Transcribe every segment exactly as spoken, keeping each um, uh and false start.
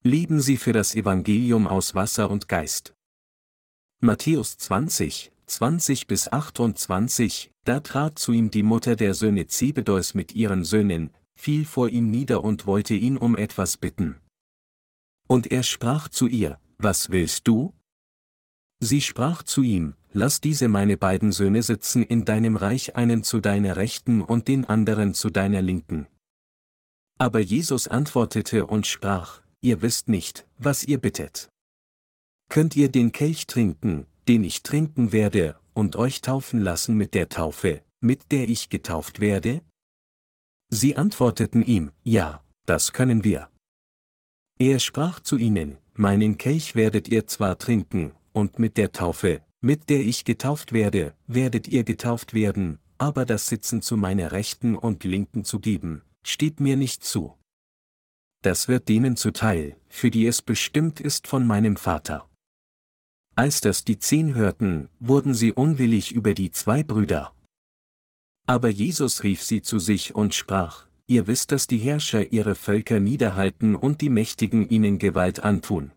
Leben Sie für das Evangelium aus Wasser und Geist. Matthäus zwanzig, zwanzig bis achtundzwanzig, da trat zu ihm die Mutter der Söhne Zebedeus mit ihren Söhnen, fiel vor ihm nieder und wollte ihn um etwas bitten. Und er sprach zu ihr, was willst du? Sie sprach zu ihm, lass diese meine beiden Söhne sitzen in deinem Reich, einen zu deiner Rechten und den anderen zu deiner Linken. Aber Jesus antwortete und sprach, ihr wisst nicht, was ihr bittet. Könnt ihr den Kelch trinken, den ich trinken werde, und euch taufen lassen mit der Taufe, mit der ich getauft werde? Sie antworteten ihm, ja, das können wir. Er sprach zu ihnen, meinen Kelch werdet ihr zwar trinken, und mit der Taufe, mit der ich getauft werde, werdet ihr getauft werden, aber das Sitzen zu meiner Rechten und Linken zu geben, steht mir nicht zu. Das wird denen zuteil, für die es bestimmt ist von meinem Vater. Als das die Zehn hörten, wurden sie unwillig über die zwei Brüder. Aber Jesus rief sie zu sich und sprach, ihr wisst, dass die Herrscher ihre Völker niederhalten und die Mächtigen ihnen Gewalt antun.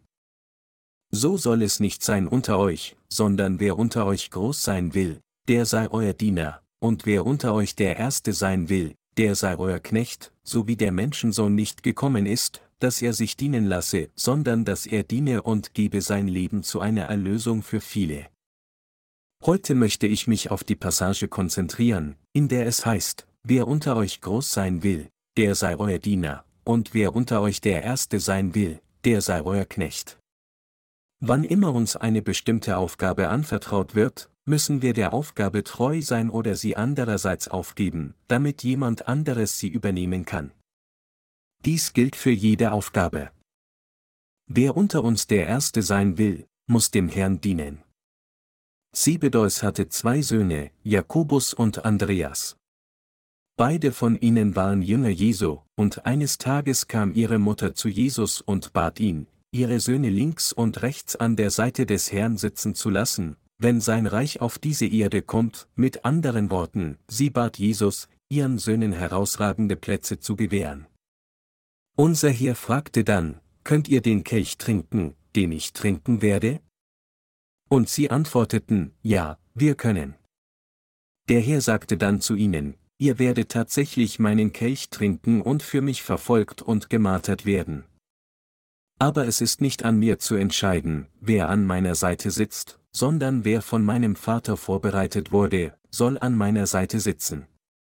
So soll es nicht sein unter euch, sondern wer unter euch groß sein will, der sei euer Diener, und wer unter euch der Erste sein will, der sei euer Knecht, so wie der Menschensohn nicht gekommen ist, dass er sich dienen lasse, sondern dass er diene und gebe sein Leben zu einer Erlösung für viele. Heute möchte ich mich auf die Passage konzentrieren, in der es heißt, wer unter euch groß sein will, der sei euer Diener, und wer unter euch der Erste sein will, der sei euer Knecht. Wann immer uns eine bestimmte Aufgabe anvertraut wird, müssen wir der Aufgabe treu sein oder sie andererseits aufgeben, damit jemand anderes sie übernehmen kann. Dies gilt für jede Aufgabe. Wer unter uns der Erste sein will, muss dem Herrn dienen. Zebedeus hatte zwei Söhne, Jakobus und Andreas. Beide von ihnen waren Jünger Jesu, und eines Tages kam ihre Mutter zu Jesus und bat ihn, ihre Söhne links und rechts an der Seite des Herrn sitzen zu lassen, wenn sein Reich auf diese Erde kommt, mit anderen Worten, sie bat Jesus, ihren Söhnen herausragende Plätze zu gewähren. Unser Herr fragte dann, könnt ihr den Kelch trinken, den ich trinken werde? Und sie antworteten, ja, wir können. Der Herr sagte dann zu ihnen, ihr werdet tatsächlich meinen Kelch trinken und für mich verfolgt und gemartert werden. Aber es ist nicht an mir zu entscheiden, wer an meiner Seite sitzt, sondern wer von meinem Vater vorbereitet wurde, soll an meiner Seite sitzen.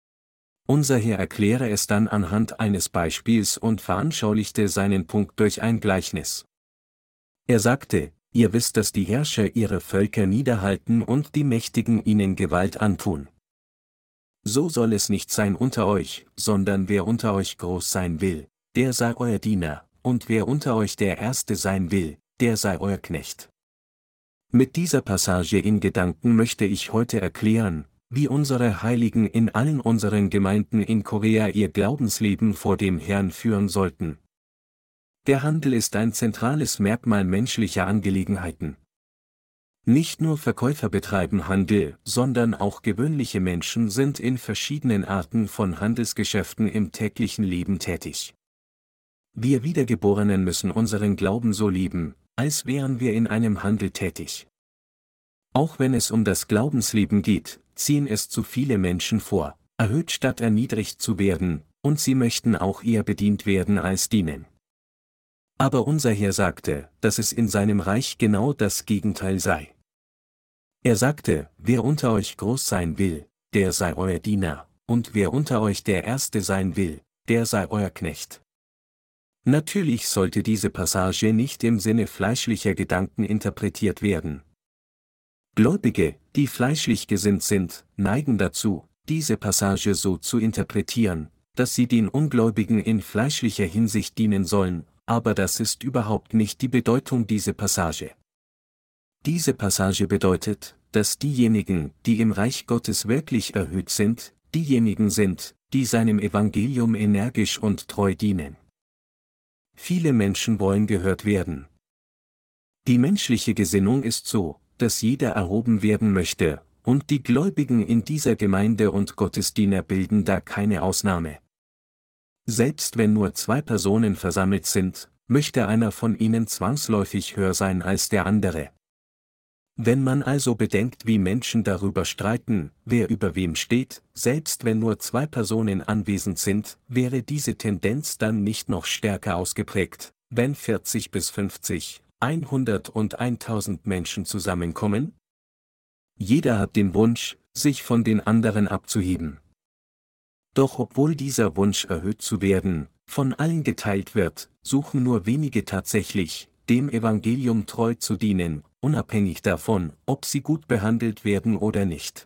Unser Herr erkläre es dann anhand eines Beispiels und veranschaulichte seinen Punkt durch ein Gleichnis. Er sagte, ihr wisst, dass die Herrscher ihre Völker niederhalten und die Mächtigen ihnen Gewalt antun. So soll es nicht sein unter euch, sondern wer unter euch groß sein will, der sei euer Diener, und wer unter euch der Erste sein will, der sei euer Knecht. Mit dieser Passage in Gedanken möchte ich heute erklären, wie unsere Heiligen in allen unseren Gemeinden in Korea ihr Glaubensleben vor dem Herrn führen sollten. Der Handel ist ein zentrales Merkmal menschlicher Angelegenheiten. Nicht nur Verkäufer betreiben Handel, sondern auch gewöhnliche Menschen sind in verschiedenen Arten von Handelsgeschäften im täglichen Leben tätig. Wir Wiedergeborenen müssen unseren Glauben so lieben, als wären wir in einem Handel tätig. Auch wenn es um das Glaubensleben geht, ziehen es zu viele Menschen vor, erhöht statt erniedrigt zu werden, und sie möchten auch eher bedient werden als dienen. Aber unser Herr sagte, dass es in seinem Reich genau das Gegenteil sei. Er sagte, wer unter euch groß sein will, der sei euer Diener, und wer unter euch der Erste sein will, der sei euer Knecht. Natürlich sollte diese Passage nicht im Sinne fleischlicher Gedanken interpretiert werden. Gläubige, die fleischlich gesinnt sind, neigen dazu, diese Passage so zu interpretieren, dass sie den Ungläubigen in fleischlicher Hinsicht dienen sollen, aber das ist überhaupt nicht die Bedeutung dieser Passage. Diese Passage bedeutet, dass diejenigen, die im Reich Gottes wirklich erhöht sind, diejenigen sind, die seinem Evangelium energisch und treu dienen. Viele Menschen wollen gehört werden. Die menschliche Gesinnung ist so, dass jeder erhoben werden möchte, und die Gläubigen in dieser Gemeinde und Gottesdiener bilden da keine Ausnahme. Selbst wenn nur zwei Personen versammelt sind, möchte einer von ihnen zwangsläufig höher sein als der andere. Wenn man also bedenkt, wie Menschen darüber streiten, wer über wem steht, selbst wenn nur zwei Personen anwesend sind, wäre diese Tendenz dann nicht noch stärker ausgeprägt, wenn vierzig bis fünfzig, hundert und tausend Menschen zusammenkommen? Jeder hat den Wunsch, sich von den anderen abzuheben. Doch obwohl dieser Wunsch erhöht zu werden, von allen geteilt wird, suchen nur wenige tatsächlich, dem Evangelium treu zu dienen, unabhängig davon, ob sie gut behandelt werden oder nicht.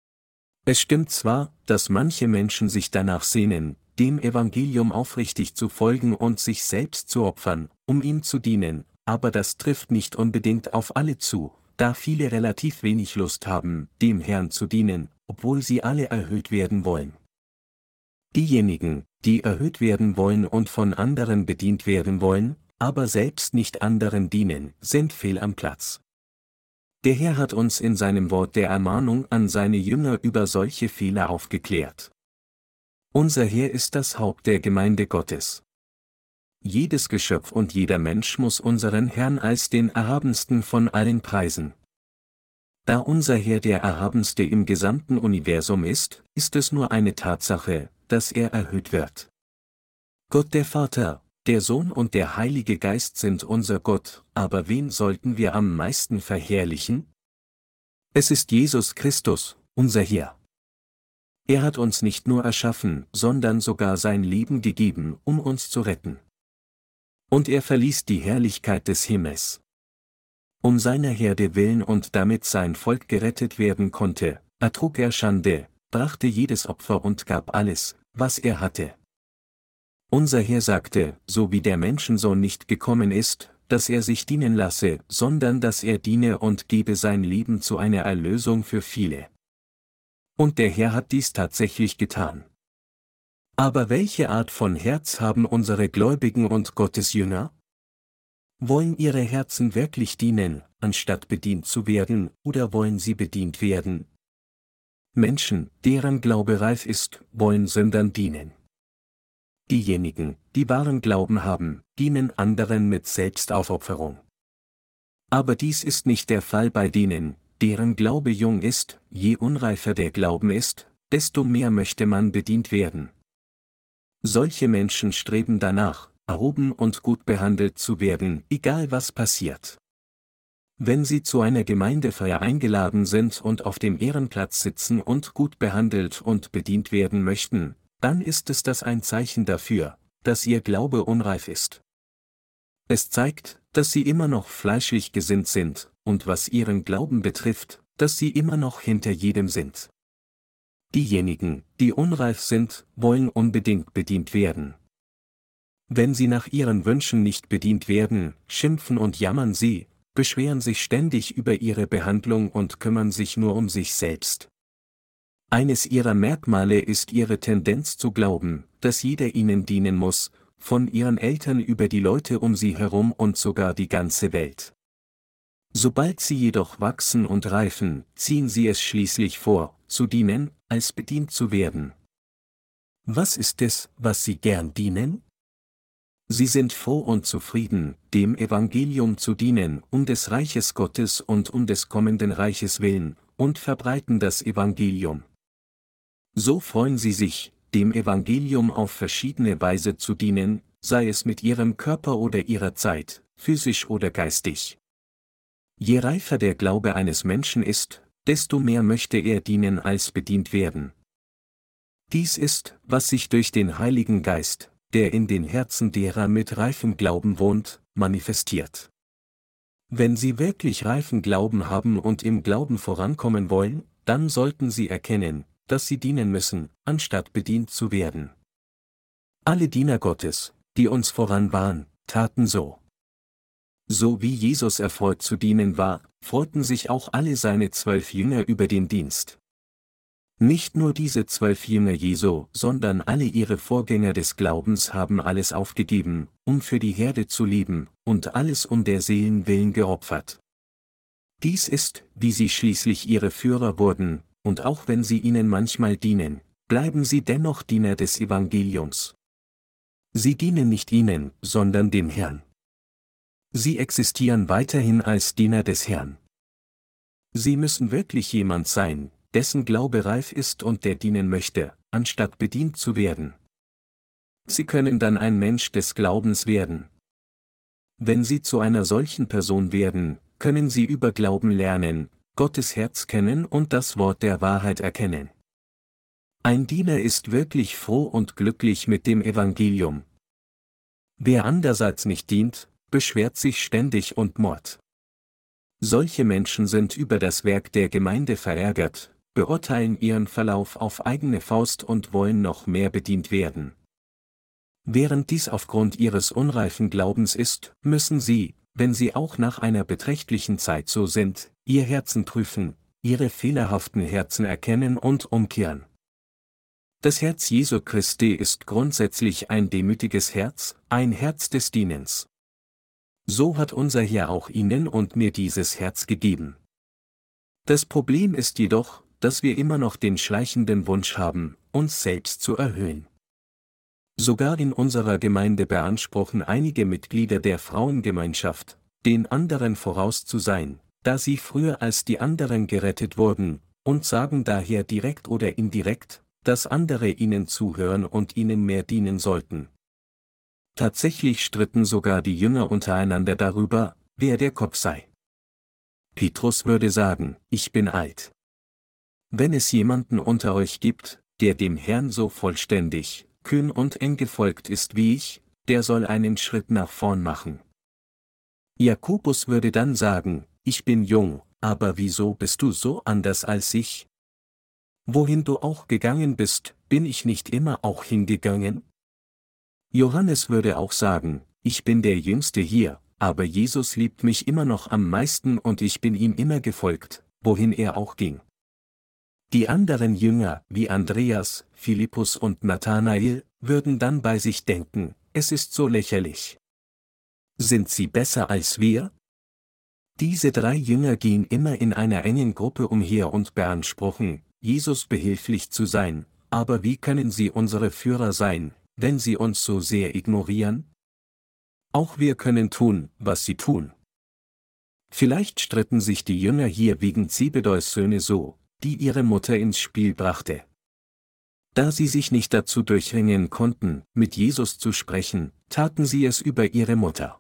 Es stimmt zwar, dass manche Menschen sich danach sehnen, dem Evangelium aufrichtig zu folgen und sich selbst zu opfern, um ihm zu dienen, aber das trifft nicht unbedingt auf alle zu, da viele relativ wenig Lust haben, dem Herrn zu dienen, obwohl sie alle erhöht werden wollen. Diejenigen, die erhöht werden wollen und von anderen bedient werden wollen, aber selbst nicht anderen dienen, sind fehl am Platz. Der Herr hat uns in seinem Wort der Ermahnung an seine Jünger über solche Fehler aufgeklärt. Unser Herr ist das Haupt der Gemeinde Gottes. Jedes Geschöpf und jeder Mensch muss unseren Herrn als den Erhabensten von allen preisen. Da unser Herr der Erhabenste im gesamten Universum ist, ist es nur eine Tatsache, dass er erhöht wird. Gott der Vater, der Sohn und der Heilige Geist sind unser Gott, aber wen sollten wir am meisten verherrlichen? Es ist Jesus Christus, unser Herr. Er hat uns nicht nur erschaffen, sondern sogar sein Leben gegeben, um uns zu retten. Und er verließ die Herrlichkeit des Himmels. Um seiner Herde willen und damit sein Volk gerettet werden konnte, ertrug er Schande, brachte jedes Opfer und gab alles, was er hatte. Unser Herr sagte, so wie der Menschensohn nicht gekommen ist, dass er sich dienen lasse, sondern dass er diene und gebe sein Leben zu einer Erlösung für viele. Und der Herr hat dies tatsächlich getan. Aber welche Art von Herz haben unsere Gläubigen und Gottesjünger? Wollen ihre Herzen wirklich dienen, anstatt bedient zu werden, oder wollen sie bedient werden? Menschen, deren Glaube reif ist, wollen Sündern dienen. Diejenigen, die wahren Glauben haben, dienen anderen mit Selbstaufopferung. Aber dies ist nicht der Fall bei denen, deren Glaube jung ist. Je unreifer der Glauben ist, desto mehr möchte man bedient werden. Solche Menschen streben danach, erhoben und gut behandelt zu werden, egal was passiert. Wenn sie zu einer Gemeindefeier eingeladen sind und auf dem Ehrenplatz sitzen und gut behandelt und bedient werden möchten, dann ist es das ein Zeichen dafür, dass ihr Glaube unreif ist. Es zeigt, dass sie immer noch fleischlich gesinnt sind, und was ihren Glauben betrifft, dass sie immer noch hinter jedem sind. Diejenigen, die unreif sind, wollen unbedingt bedient werden. Wenn sie nach ihren Wünschen nicht bedient werden, schimpfen und jammern sie, beschweren sich ständig über ihre Behandlung und kümmern sich nur um sich selbst. Eines ihrer Merkmale ist ihre Tendenz zu glauben, dass jeder ihnen dienen muss, von ihren Eltern über die Leute um sie herum und sogar die ganze Welt. Sobald sie jedoch wachsen und reifen, ziehen sie es schließlich vor, zu dienen, als bedient zu werden. Was ist es, was sie gern dienen? Sie sind froh und zufrieden, dem Evangelium zu dienen, um des Reiches Gottes und um des kommenden Reiches willen, und verbreiten das Evangelium. So freuen sie sich, dem Evangelium auf verschiedene Weise zu dienen, sei es mit ihrem Körper oder ihrer Zeit, physisch oder geistig. Je reifer der Glaube eines Menschen ist, desto mehr möchte er dienen als bedient werden. Dies ist, was sich durch den Heiligen Geist, der in den Herzen derer mit reifem Glauben wohnt, manifestiert. Wenn sie wirklich reifen Glauben haben und im Glauben vorankommen wollen, dann sollten sie erkennen, dass sie dienen müssen, anstatt bedient zu werden. Alle Diener Gottes, die uns voran waren, taten so. So wie Jesus erfreut zu dienen war, freuten sich auch alle seine zwölf Jünger über den Dienst. Nicht nur diese zwölf Jünger Jesu, sondern alle ihre Vorgänger des Glaubens haben alles aufgegeben, um für die Herde zu leben, und alles um der Seelen willen geopfert. Dies ist, wie sie schließlich ihre Führer wurden, und auch wenn sie ihnen manchmal dienen, bleiben sie dennoch Diener des Evangeliums. Sie dienen nicht ihnen, sondern dem Herrn. Sie existieren weiterhin als Diener des Herrn. Sie müssen wirklich jemand sein, dessen Glaube reif ist und der dienen möchte, anstatt bedient zu werden. Sie können dann ein Mensch des Glaubens werden. Wenn Sie zu einer solchen Person werden, können Sie über Glauben lernen, Gottes Herz kennen und das Wort der Wahrheit erkennen. Ein Diener ist wirklich froh und glücklich mit dem Evangelium. Wer andererseits nicht dient, beschwert sich ständig und murrt. Solche Menschen sind über das Werk der Gemeinde verärgert, beurteilen ihren Verlauf auf eigene Faust und wollen noch mehr bedient werden. Während dies aufgrund ihres unreifen Glaubens ist, müssen sie, wenn sie auch nach einer beträchtlichen Zeit so sind, ihr Herzen prüfen, ihre fehlerhaften Herzen erkennen und umkehren. Das Herz Jesu Christi ist grundsätzlich ein demütiges Herz, ein Herz des Dienens. So hat unser Herr auch Ihnen und mir dieses Herz gegeben. Das Problem ist jedoch, dass wir immer noch den schleichenden Wunsch haben, uns selbst zu erhöhen. Sogar in unserer Gemeinde beanspruchen einige Mitglieder der Frauengemeinschaft, den anderen voraus zu sein, da sie früher als die anderen gerettet wurden, und sagen daher direkt oder indirekt, dass andere ihnen zuhören und ihnen mehr dienen sollten. Tatsächlich stritten sogar die Jünger untereinander darüber, wer der Kopf sei. Petrus würde sagen, ich bin alt. Wenn es jemanden unter euch gibt, der dem Herrn so vollständig, kühn und eng gefolgt ist wie ich, der soll einen Schritt nach vorn machen. Jakobus würde dann sagen, ich bin jung, aber wieso bist du so anders als ich? Wohin du auch gegangen bist, bin ich nicht immer auch hingegangen? Johannes würde auch sagen, ich bin der Jüngste hier, aber Jesus liebt mich immer noch am meisten und ich bin ihm immer gefolgt, wohin er auch ging. Die anderen Jünger, wie Andreas, Philippus und Nathanael, würden dann bei sich denken, es ist so lächerlich. Sind sie besser als wir? Diese drei Jünger gehen immer in einer engen Gruppe umher und beanspruchen, Jesus behilflich zu sein, aber wie können sie unsere Führer sein, wenn sie uns so sehr ignorieren? Auch wir können tun, was sie tun. Vielleicht stritten sich die Jünger hier wegen Zebedeus Söhne so, die ihre Mutter ins Spiel brachte. Da sie sich nicht dazu durchringen konnten, mit Jesus zu sprechen, taten sie es über ihre Mutter.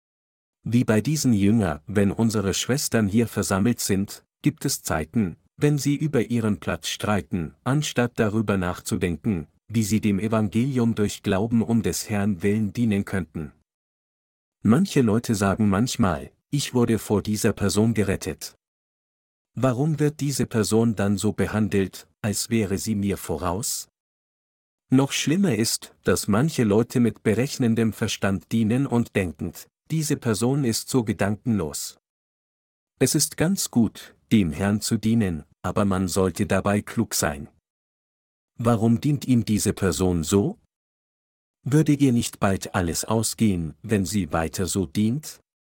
Wie bei diesen Jüngern, wenn unsere Schwestern hier versammelt sind, gibt es Zeiten, wenn sie über ihren Platz streiten, anstatt darüber nachzudenken, wie sie dem Evangelium durch Glauben um des Herrn willen dienen könnten. Manche Leute sagen manchmal, ich wurde vor dieser Person gerettet. Warum wird diese Person dann so behandelt, als wäre sie mir voraus? Noch schlimmer ist, dass manche Leute mit berechnendem Verstand dienen und denkend, diese Person ist so gedankenlos. Es ist ganz gut, dem Herrn zu dienen, aber man sollte dabei klug sein. Warum dient ihm diese Person so? Würde ihr nicht bald alles ausgehen, wenn sie weiter so dient?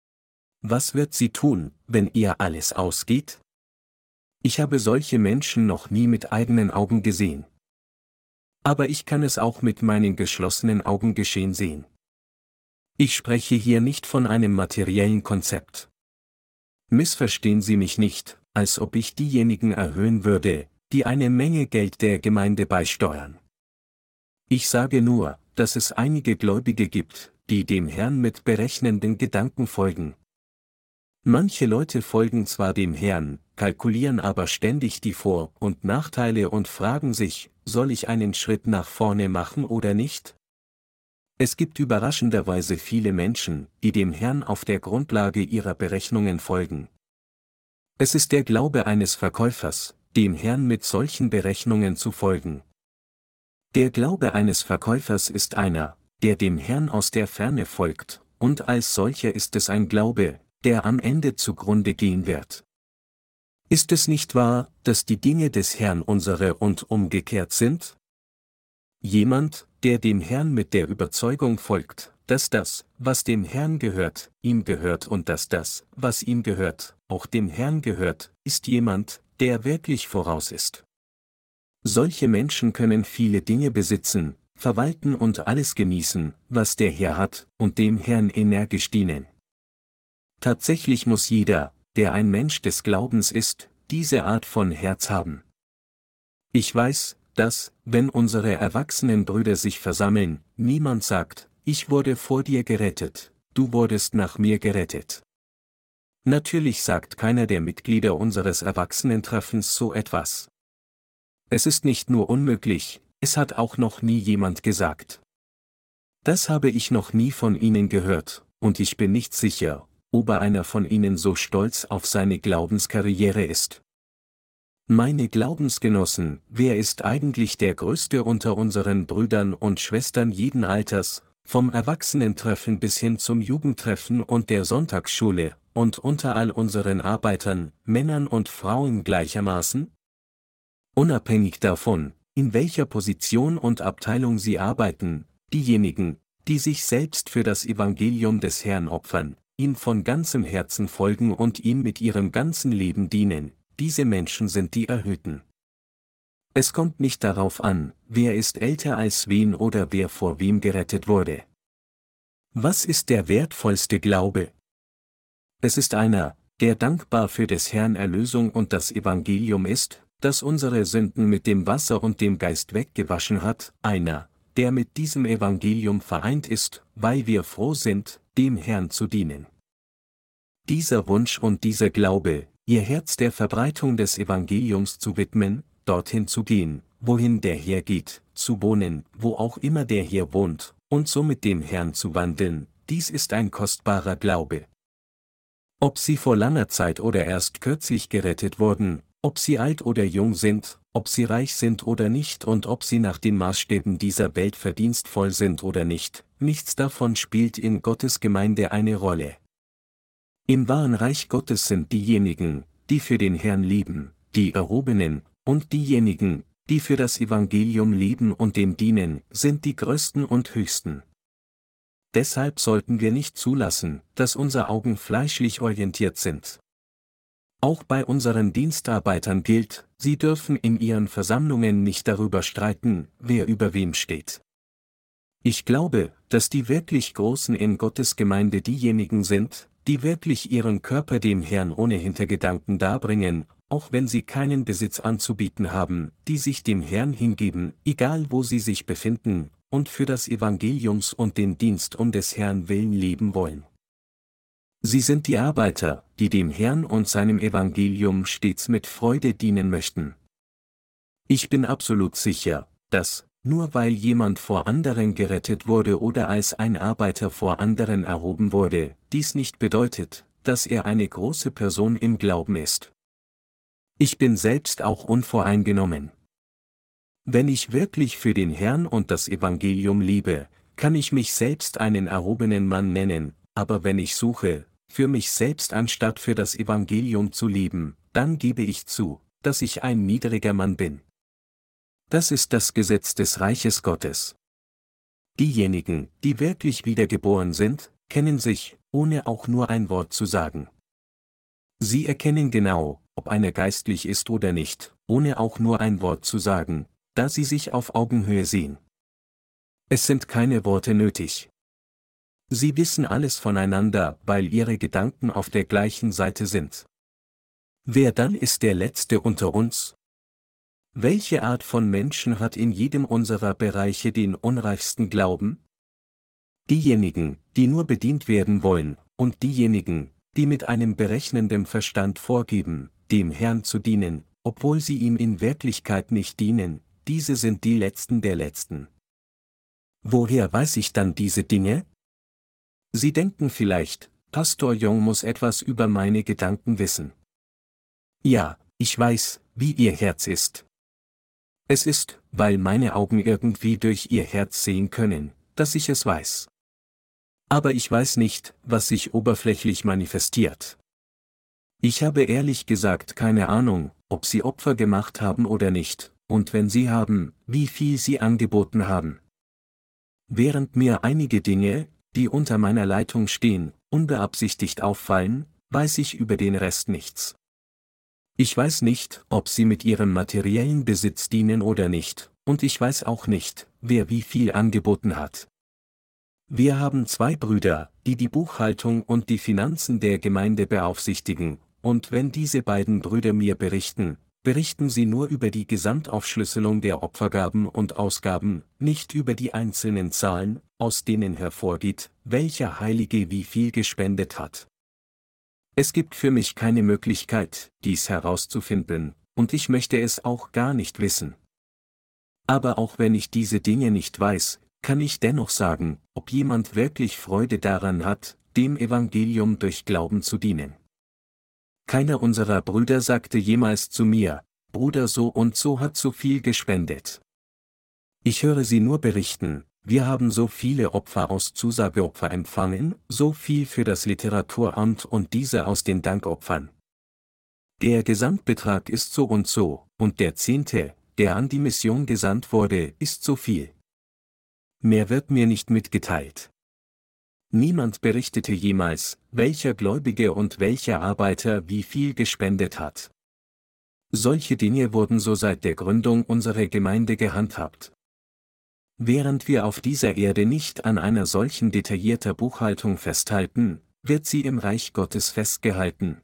Was wird sie tun, wenn ihr alles ausgeht? Ich habe solche Menschen noch nie mit eigenen Augen gesehen. Aber ich kann es auch mit meinen geschlossenen Augen geschehen sehen. Ich spreche hier nicht von einem materiellen Konzept. Missverstehen Sie mich nicht, als ob ich diejenigen erhöhen würde, die eine Menge Geld der Gemeinde beisteuern. Ich sage nur, dass es einige Gläubige gibt, die dem Herrn mit berechnenden Gedanken folgen. Manche Leute folgen zwar dem Herrn, kalkulieren aber ständig die Vor- und Nachteile und fragen sich, soll ich einen Schritt nach vorne machen oder nicht? Es gibt überraschenderweise viele Menschen, die dem Herrn auf der Grundlage ihrer Berechnungen folgen. Es ist der Glaube eines Verkäufers, dem Herrn mit solchen Berechnungen zu folgen. Der Glaube eines Verkäufers ist einer, der dem Herrn aus der Ferne folgt, und als solcher ist es ein Glaube, der am Ende zugrunde gehen wird. Ist es nicht wahr, dass die Dinge des Herrn unsere und umgekehrt sind? Jemand, der dem Herrn mit der Überzeugung folgt, dass das, was dem Herrn gehört, ihm gehört und dass das, was ihm gehört, auch dem Herrn gehört, ist jemand, der wirklich voraus ist. Solche Menschen können viele Dinge besitzen, verwalten und alles genießen, was der Herr hat, und dem Herrn energisch dienen. Tatsächlich muss jeder, der ein Mensch des Glaubens ist, diese Art von Herz haben. Ich weiß, dass, wenn unsere erwachsenen Brüder sich versammeln, niemand sagt, ich wurde vor dir gerettet, du wurdest nach mir gerettet. Natürlich sagt keiner der Mitglieder unseres Erwachsenentreffens so etwas. Es ist nicht nur unmöglich, es hat auch noch nie jemand gesagt. Das habe ich noch nie von ihnen gehört, und ich bin nicht sicher, ob einer von ihnen so stolz auf seine Glaubenskarriere ist. Meine Glaubensgenossen, wer ist eigentlich der Größte unter unseren Brüdern und Schwestern jeden Alters, vom Erwachsenentreffen bis hin zum Jugendtreffen und der Sonntagsschule, und unter all unseren Arbeitern, Männern und Frauen gleichermaßen? Unabhängig davon, in welcher Position und Abteilung sie arbeiten, diejenigen, die sich selbst für das Evangelium des Herrn opfern, ihm von ganzem Herzen folgen und ihm mit ihrem ganzen Leben dienen, diese Menschen sind die Erhöhten. Es kommt nicht darauf an, wer ist älter als wen oder wer vor wem gerettet wurde. Was ist der wertvollste Glaube? Es ist einer, der dankbar für des Herrn Erlösung und das Evangelium ist, das unsere Sünden mit dem Wasser und dem Geist weggewaschen hat, einer, der mit diesem Evangelium vereint ist, weil wir froh sind, dem Herrn zu dienen. Dieser Wunsch und dieser Glaube, ihr Herz der Verbreitung des Evangeliums zu widmen, dorthin zu gehen, wohin der Herr geht, zu wohnen, wo auch immer der Herr wohnt, und so mit dem Herrn zu wandeln, dies ist ein kostbarer Glaube. Ob sie vor langer Zeit oder erst kürzlich gerettet wurden, ob sie alt oder jung sind, ob sie reich sind oder nicht und ob sie nach den Maßstäben dieser Welt verdienstvoll sind oder nicht, nichts davon spielt in Gottes Gemeinde eine Rolle. Im wahren Reich Gottes sind diejenigen, die für den Herrn leben, die Erhobenen, und diejenigen, die für das Evangelium leben und dem dienen, sind die Größten und Höchsten. Deshalb sollten wir nicht zulassen, dass unsere Augen fleischlich orientiert sind. Auch bei unseren Dienstarbeitern gilt, sie dürfen in ihren Versammlungen nicht darüber streiten, wer über wem steht. Ich glaube, dass die wirklich Großen in Gottes Gemeinde diejenigen sind, die wirklich ihren Körper dem Herrn ohne Hintergedanken darbringen, auch wenn sie keinen Besitz anzubieten haben, die sich dem Herrn hingeben, egal wo sie sich befinden, und für das Evangeliums und den Dienst um des Herrn willen leben wollen. Sie sind die Arbeiter, die dem Herrn und seinem Evangelium stets mit Freude dienen möchten. Ich bin absolut sicher, dass, nur weil jemand vor anderen gerettet wurde oder als ein Arbeiter vor anderen erhoben wurde, dies nicht bedeutet, dass er eine große Person im Glauben ist. Ich bin selbst auch unvoreingenommen. Wenn ich wirklich für den Herrn und das Evangelium liebe, kann ich mich selbst einen erhobenen Mann nennen, aber wenn ich suche, für mich selbst anstatt für das Evangelium zu leben, dann gebe ich zu, dass ich ein niedriger Mann bin. Das ist das Gesetz des Reiches Gottes. Diejenigen, die wirklich wiedergeboren sind, kennen sich, ohne auch nur ein Wort zu sagen. Sie erkennen genau, ob einer geistlich ist oder nicht, ohne auch nur ein Wort zu sagen, da sie sich auf Augenhöhe sehen. Es sind keine Worte nötig. Sie wissen alles voneinander, weil ihre Gedanken auf der gleichen Seite sind. Wer dann ist der Letzte unter uns? Welche Art von Menschen hat in jedem unserer Bereiche den unreifsten Glauben? Diejenigen, die nur bedient werden wollen, und diejenigen, die mit einem berechnenden Verstand vorgeben, dem Herrn zu dienen, obwohl sie ihm in Wirklichkeit nicht dienen, diese sind die Letzten der Letzten. Woher weiß ich dann diese Dinge? Sie denken vielleicht, Pastor Jung muss etwas über meine Gedanken wissen. Ja, ich weiß, wie ihr Herz ist. Es ist, weil meine Augen irgendwie durch ihr Herz sehen können, dass ich es weiß. Aber ich weiß nicht, was sich oberflächlich manifestiert. Ich habe ehrlich gesagt keine Ahnung, ob sie Opfer gemacht haben oder nicht, und wenn sie haben, wie viel sie angeboten haben. Während mir einige Dinge, die unter meiner Leitung stehen, unbeabsichtigt auffallen, weiß ich über den Rest nichts. Ich weiß nicht, ob sie mit ihrem materiellen Besitz dienen oder nicht, und ich weiß auch nicht, wer wie viel angeboten hat. Wir haben zwei Brüder, die die Buchhaltung und die Finanzen der Gemeinde beaufsichtigen, und wenn diese beiden Brüder mir berichten, berichten sie nur über die Gesamtaufschlüsselung der Opfergaben und Ausgaben, nicht über die einzelnen Zahlen, aus denen hervorgeht, welcher Heilige wie viel gespendet hat. Es gibt für mich keine Möglichkeit, dies herauszufinden, und ich möchte es auch gar nicht wissen. Aber auch wenn ich diese Dinge nicht weiß, kann ich dennoch sagen, ob jemand wirklich Freude daran hat, dem Evangelium durch Glauben zu dienen. Keiner unserer Brüder sagte jemals zu mir, Bruder so und so hat so viel gespendet. Ich höre sie nur berichten, wir haben so viele Opfer aus Zusageopfer empfangen, so viel für das Literaturamt und diese aus den Dankopfern. Der Gesamtbetrag ist so und so, und der Zehnte, der an die Mission gesandt wurde, ist so viel. Mehr wird mir nicht mitgeteilt. Niemand berichtete jemals, welcher Gläubige und welcher Arbeiter wie viel gespendet hat. Solche Dinge wurden so seit der Gründung unserer Gemeinde gehandhabt. Während wir auf dieser Erde nicht an einer solchen detaillierter Buchhaltung festhalten, wird sie im Reich Gottes festgehalten.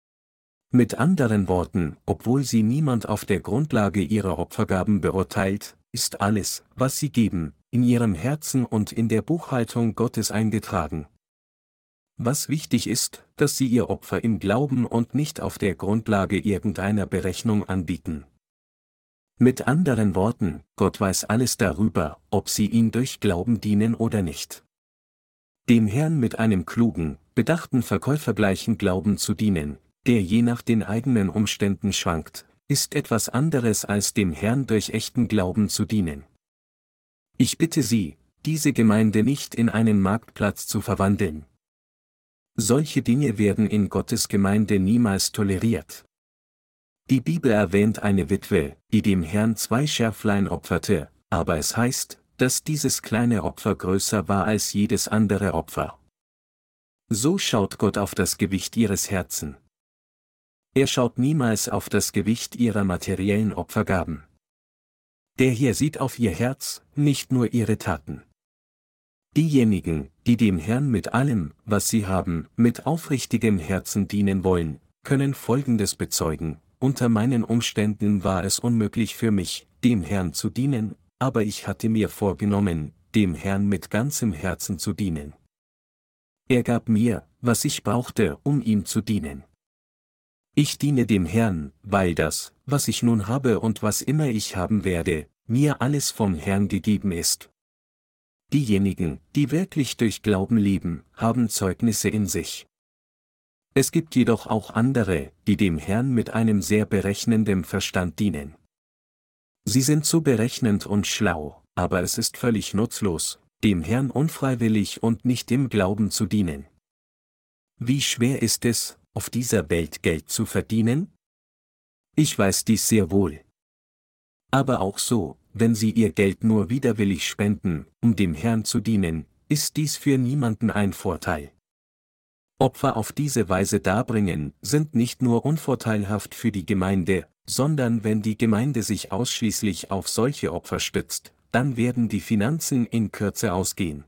Mit anderen Worten, obwohl sie niemand auf der Grundlage ihrer Opfergaben beurteilt, ist alles, was sie geben, in ihrem Herzen und in der Buchhaltung Gottes eingetragen. Was wichtig ist, dass sie ihr Opfer im Glauben und nicht auf der Grundlage irgendeiner Berechnung anbieten. Mit anderen Worten, Gott weiß alles darüber, ob sie ihn durch Glauben dienen oder nicht. Dem Herrn mit einem klugen, bedachten verkäufergleichen Glauben zu dienen, der je nach den eigenen Umständen schwankt, ist etwas anderes als dem Herrn durch echten Glauben zu dienen. Ich bitte Sie, diese Gemeinde nicht in einen Marktplatz zu verwandeln. Solche Dinge werden in Gottes Gemeinde niemals toleriert. Die Bibel erwähnt eine Witwe, die dem Herrn zwei Schärflein opferte, aber es heißt, dass dieses kleine Opfer größer war als jedes andere Opfer. So schaut Gott auf das Gewicht ihres Herzens. Er schaut niemals auf das Gewicht ihrer materiellen Opfergaben. Der Herr sieht auf ihr Herz, nicht nur ihre Taten. Diejenigen, die dem Herrn mit allem, was sie haben, mit aufrichtigem Herzen dienen wollen, können Folgendes bezeugen: Unter meinen Umständen war es unmöglich für mich, dem Herrn zu dienen, aber ich hatte mir vorgenommen, dem Herrn mit ganzem Herzen zu dienen. Er gab mir, was ich brauchte, um ihm zu dienen. Ich diene dem Herrn, weil das, was ich nun habe und was immer ich haben werde, mir alles vom Herrn gegeben ist. Diejenigen, die wirklich durch Glauben leben, haben Zeugnisse in sich. Es gibt jedoch auch andere, die dem Herrn mit einem sehr berechnendem Verstand dienen. Sie sind so berechnend und schlau, aber es ist völlig nutzlos, dem Herrn unfreiwillig und nicht im Glauben zu dienen. Wie schwer ist es, auf dieser Welt Geld zu verdienen? Ich weiß dies sehr wohl. Aber auch so, wenn Sie Ihr Geld nur widerwillig spenden, um dem Herrn zu dienen, ist dies für niemanden ein Vorteil. Opfer auf diese Weise darbringen, sind nicht nur unvorteilhaft für die Gemeinde, sondern wenn die Gemeinde sich ausschließlich auf solche Opfer stützt, dann werden die Finanzen in Kürze ausgehen.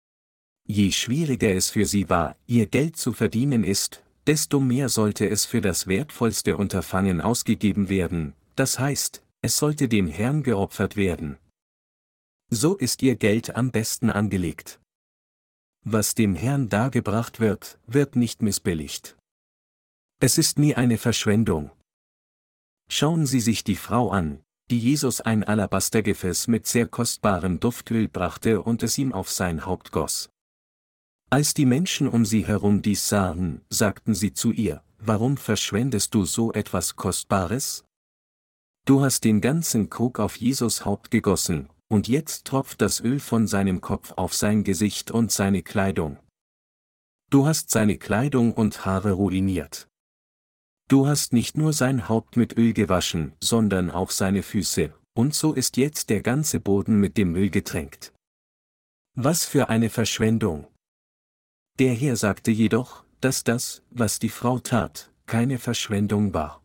Je schwieriger es für sie war, ihr Geld zu verdienen ist, desto mehr sollte es für das wertvollste Unterfangen ausgegeben werden, das heißt, es sollte dem Herrn geopfert werden. So ist ihr Geld am besten angelegt. Was dem Herrn dargebracht wird, wird nicht missbilligt. Es ist nie eine Verschwendung. Schauen Sie sich die Frau an, die Jesus ein Alabastergefäß mit sehr kostbarem Duftöl brachte und es ihm auf sein Haupt goss. Als die Menschen um sie herum dies sahen, sagten sie zu ihr: Warum verschwendest du so etwas Kostbares? Du hast den ganzen Krug auf Jesus Haupt gegossen, und jetzt tropft das Öl von seinem Kopf auf sein Gesicht und seine Kleidung. Du hast seine Kleidung und Haare ruiniert. Du hast nicht nur sein Haupt mit Öl gewaschen, sondern auch seine Füße, und so ist jetzt der ganze Boden mit dem Öl getränkt. Was für eine Verschwendung! Der Herr sagte jedoch, dass das, was die Frau tat, keine Verschwendung war.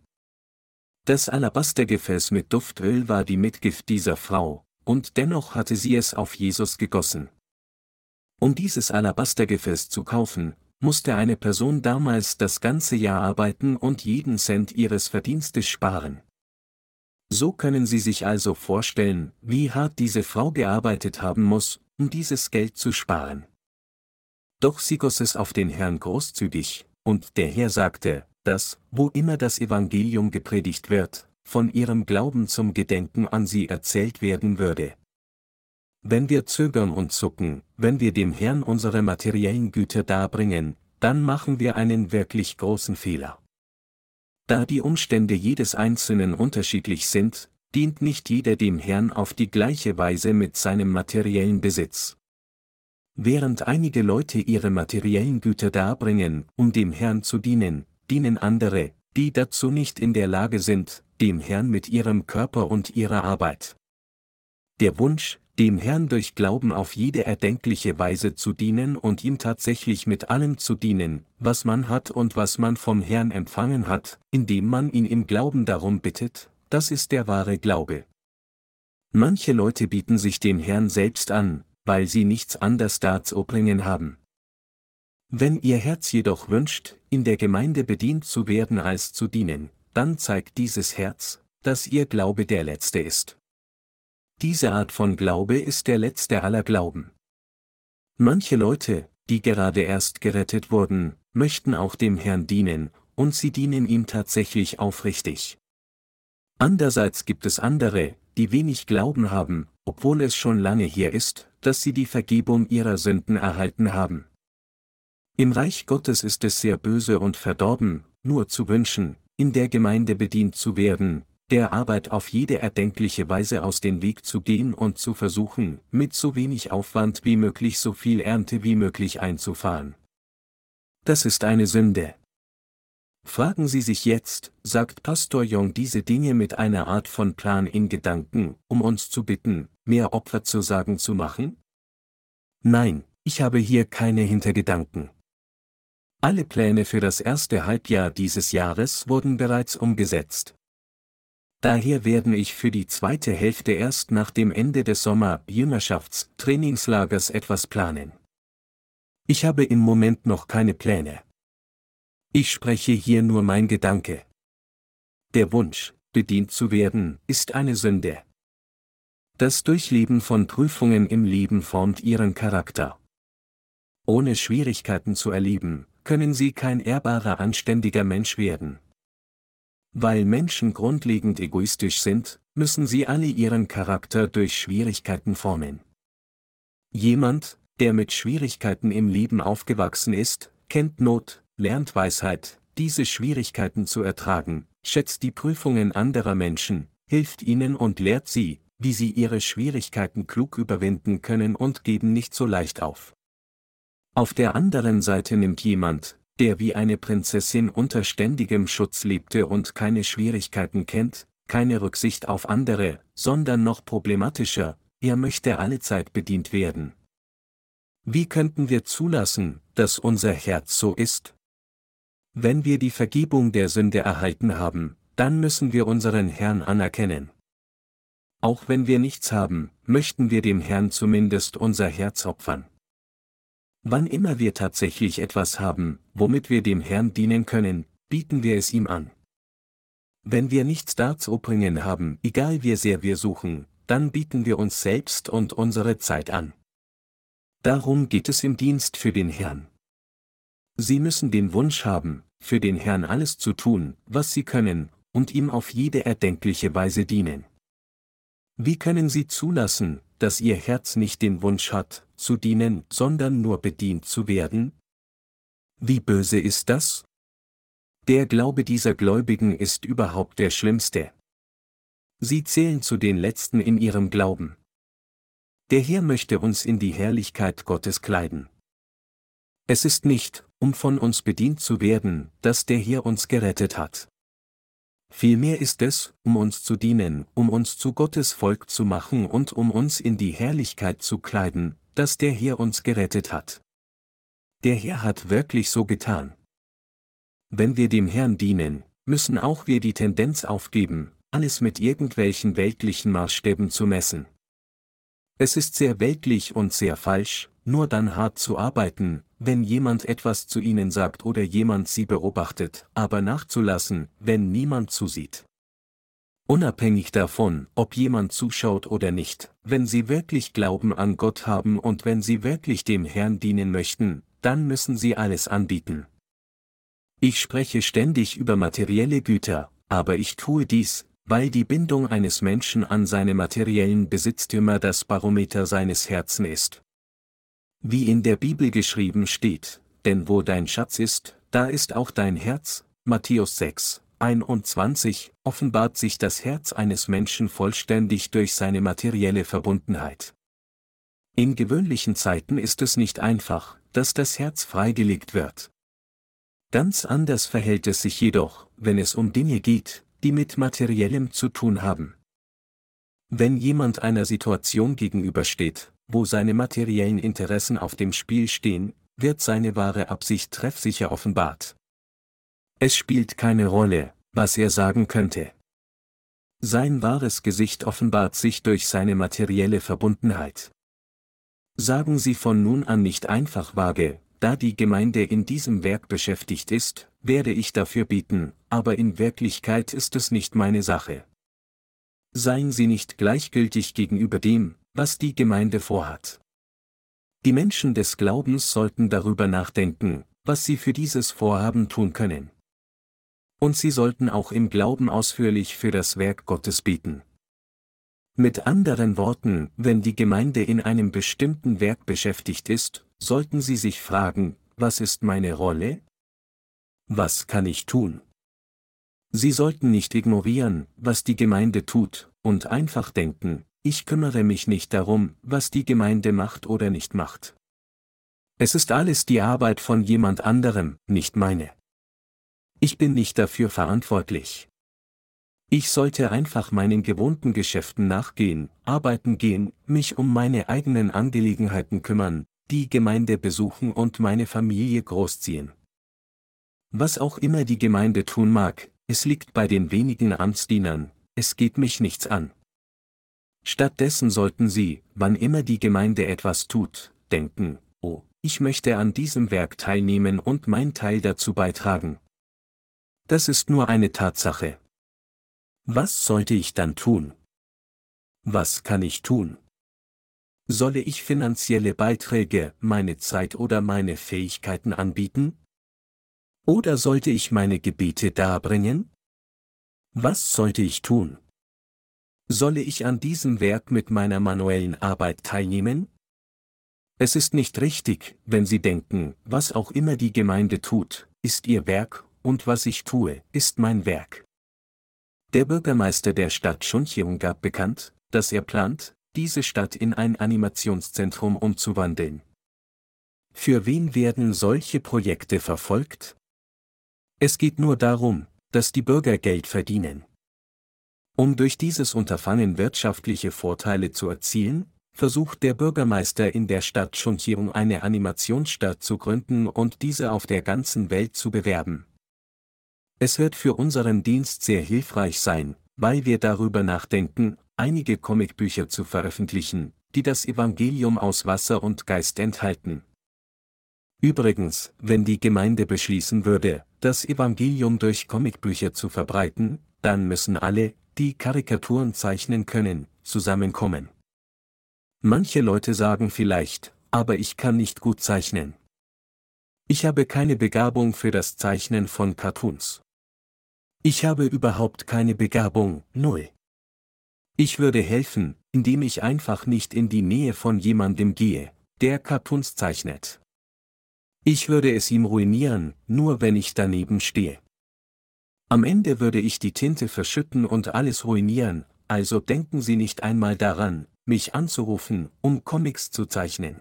Das Alabastergefäß mit Duftöl war die Mitgift dieser Frau, und dennoch hatte sie es auf Jesus gegossen. Um dieses Alabastergefäß zu kaufen, musste eine Person damals das ganze Jahr arbeiten und jeden Cent ihres Verdienstes sparen. So können Sie sich also vorstellen, wie hart diese Frau gearbeitet haben muss, um dieses Geld zu sparen. Doch sie goss es auf den Herrn großzügig, und der Herr sagte, dass, wo immer das Evangelium gepredigt wird, von ihrem Glauben zum Gedenken an sie erzählt werden würde. Wenn wir zögern und zucken, wenn wir dem Herrn unsere materiellen Güter darbringen, dann machen wir einen wirklich großen Fehler. Da die Umstände jedes Einzelnen unterschiedlich sind, dient nicht jeder dem Herrn auf die gleiche Weise mit seinem materiellen Besitz. Während einige Leute ihre materiellen Güter darbringen, um dem Herrn zu dienen, dienen andere, die dazu nicht in der Lage sind, dem Herrn mit ihrem Körper und ihrer Arbeit. Der Wunsch, dem Herrn durch Glauben auf jede erdenkliche Weise zu dienen und ihm tatsächlich mit allem zu dienen, was man hat und was man vom Herrn empfangen hat, indem man ihn im Glauben darum bittet, das ist der wahre Glaube. Manche Leute bieten sich dem Herrn selbst an, weil sie nichts anderes darzubringen haben. Wenn ihr Herz jedoch wünscht, in der Gemeinde bedient zu werden als zu dienen, dann zeigt dieses Herz, dass ihr Glaube der letzte ist. Diese Art von Glaube ist der letzte aller Glauben. Manche Leute, die gerade erst gerettet wurden, möchten auch dem Herrn dienen, und sie dienen ihm tatsächlich aufrichtig. Andererseits gibt es andere, die wenig Glauben haben, obwohl es schon lange her ist, dass sie die Vergebung ihrer Sünden erhalten haben. Im Reich Gottes ist es sehr böse und verdorben, nur zu wünschen, in der Gemeinde bedient zu werden, der Arbeit auf jede erdenkliche Weise aus dem Weg zu gehen und zu versuchen, mit so wenig Aufwand wie möglich so viel Ernte wie möglich einzufahren. Das ist eine Sünde. Fragen Sie sich jetzt, sagt Pastor Young diese Dinge mit einer Art von Plan in Gedanken, um uns zu bitten, mehr Opfer zu sagen zu machen? Nein, ich habe hier keine Hintergedanken. Alle Pläne für das erste Halbjahr dieses Jahres wurden bereits umgesetzt. Daher werde ich für die zweite Hälfte erst nach dem Ende des Sommer-Jüngerschafts-Trainingslagers etwas planen. Ich habe im Moment noch keine Pläne. Ich spreche hier nur mein Gedanke. Der Wunsch, bedient zu werden, ist eine Sünde. Das Durchleben von Prüfungen im Leben formt ihren Charakter. Ohne Schwierigkeiten zu erleben, können sie kein ehrbarer, anständiger Mensch werden. Weil Menschen grundlegend egoistisch sind, müssen sie alle ihren Charakter durch Schwierigkeiten formen. Jemand, der mit Schwierigkeiten im Leben aufgewachsen ist, kennt Not, lernt Weisheit, diese Schwierigkeiten zu ertragen, schätzt die Prüfungen anderer Menschen, hilft ihnen und lehrt sie, wie sie ihre Schwierigkeiten klug überwinden können und geben nicht so leicht auf. Auf der anderen Seite nimmt jemand, der wie eine Prinzessin unter ständigem Schutz lebte und keine Schwierigkeiten kennt, keine Rücksicht auf andere, sondern noch problematischer, er möchte allezeit bedient werden. Wie könnten wir zulassen, dass unser Herz so ist? Wenn wir die Vergebung der Sünde erhalten haben, dann müssen wir unseren Herrn anerkennen. Auch wenn wir nichts haben, möchten wir dem Herrn zumindest unser Herz opfern. Wann immer wir tatsächlich etwas haben, womit wir dem Herrn dienen können, bieten wir es ihm an. Wenn wir nichts darzubringen haben, egal wie sehr wir suchen, dann bieten wir uns selbst und unsere Zeit an. Darum geht es im Dienst für den Herrn. Sie müssen den Wunsch haben, für den Herrn alles zu tun, was Sie können, und ihm auf jede erdenkliche Weise dienen. Wie können Sie zulassen, dass Ihr Herz nicht den Wunsch hat, zu dienen, sondern nur bedient zu werden? Wie böse ist das? Der Glaube dieser Gläubigen ist überhaupt der schlimmste. Sie zählen zu den Letzten in ihrem Glauben. Der Herr möchte uns in die Herrlichkeit Gottes kleiden. Es ist nicht, um von uns bedient zu werden, dass der Herr uns gerettet hat. Vielmehr ist es, um uns zu dienen, um uns zu Gottes Volk zu machen und um uns in die Herrlichkeit zu kleiden, dass der Herr uns gerettet hat. Der Herr hat wirklich so getan. Wenn wir dem Herrn dienen, müssen auch wir die Tendenz aufgeben, alles mit irgendwelchen weltlichen Maßstäben zu messen. Es ist sehr weltlich und sehr falsch, nur dann hart zu arbeiten, wenn jemand etwas zu ihnen sagt oder jemand sie beobachtet, aber nachzulassen, wenn niemand zusieht. Unabhängig davon, ob jemand zuschaut oder nicht, wenn sie wirklich Glauben an Gott haben und wenn sie wirklich dem Herrn dienen möchten, dann müssen sie alles anbieten. Ich spreche ständig über materielle Güter, aber ich tue dies, weil die Bindung eines Menschen an seine materiellen Besitztümer das Barometer seines Herzens ist. Wie in der Bibel geschrieben steht, denn wo dein Schatz ist, da ist auch dein Herz, Matthäus sechs, einundzwanzig, offenbart sich das Herz eines Menschen vollständig durch seine materielle Verbundenheit. In gewöhnlichen Zeiten ist es nicht einfach, dass das Herz freigelegt wird. Ganz anders verhält es sich jedoch, wenn es um Dinge geht, die mit Materiellem zu tun haben. Wenn jemand einer Situation gegenübersteht, wo seine materiellen Interessen auf dem Spiel stehen, wird seine wahre Absicht treffsicher offenbart. Es spielt keine Rolle, was er sagen könnte. Sein wahres Gesicht offenbart sich durch seine materielle Verbundenheit. Sagen Sie von nun an nicht einfach vage, da die Gemeinde in diesem Werk beschäftigt ist, werde ich dafür bieten, aber in Wirklichkeit ist es nicht meine Sache. Seien Sie nicht gleichgültig gegenüber dem, was die Gemeinde vorhat. Die Menschen des Glaubens sollten darüber nachdenken, was sie für dieses Vorhaben tun können. Und sie sollten auch im Glauben ausführlich für das Werk Gottes beten. Mit anderen Worten, wenn die Gemeinde in einem bestimmten Werk beschäftigt ist, sollten sie sich fragen, was ist meine Rolle? Was kann ich tun? Sie sollten nicht ignorieren, was die Gemeinde tut, und einfach denken, ich kümmere mich nicht darum, was die Gemeinde macht oder nicht macht. Es ist alles die Arbeit von jemand anderem, nicht meine. Ich bin nicht dafür verantwortlich. Ich sollte einfach meinen gewohnten Geschäften nachgehen, arbeiten gehen, mich um meine eigenen Angelegenheiten kümmern, die Gemeinde besuchen und meine Familie großziehen. Was auch immer die Gemeinde tun mag, es liegt bei den wenigen Amtsdienern, es geht mich nichts an. Stattdessen sollten Sie, wann immer die Gemeinde etwas tut, denken, oh, ich möchte an diesem Werk teilnehmen und mein Teil dazu beitragen. Das ist nur eine Tatsache. Was sollte ich dann tun? Was kann ich tun? Solle ich finanzielle Beiträge, meine Zeit oder meine Fähigkeiten anbieten? Oder sollte ich meine Gebete darbringen? Was sollte ich tun? Solle ich an diesem Werk mit meiner manuellen Arbeit teilnehmen? Es ist nicht richtig, wenn Sie denken, was auch immer die Gemeinde tut, ist ihr Werk, und was ich tue, ist mein Werk. Der Bürgermeister der Stadt Chuncheon gab bekannt, dass er plant, diese Stadt in ein Animationszentrum umzuwandeln. Für wen werden solche Projekte verfolgt? Es geht nur darum, dass die Bürger Geld verdienen. Um durch dieses Unterfangen wirtschaftliche Vorteile zu erzielen, versucht der Bürgermeister in der Stadt Chuncheon eine Animationsstadt zu gründen und diese auf der ganzen Welt zu bewerben. Es wird für unseren Dienst sehr hilfreich sein, weil wir darüber nachdenken, einige Comicbücher zu veröffentlichen, die das Evangelium aus Wasser und Geist enthalten. Übrigens, wenn die Gemeinde beschließen würde, das Evangelium durch Comicbücher zu verbreiten, dann müssen alle, die Karikaturen zeichnen können, zusammenkommen. Manche Leute sagen vielleicht, aber ich kann nicht gut zeichnen. Ich habe keine Begabung für das Zeichnen von Cartoons. Ich habe überhaupt keine Begabung, null. Ich würde helfen, indem ich einfach nicht in die Nähe von jemandem gehe, der Cartoons zeichnet. Ich würde es ihm ruinieren, nur wenn ich daneben stehe. Am Ende würde ich die Tinte verschütten und alles ruinieren, also denken Sie nicht einmal daran, mich anzurufen, um Comics zu zeichnen.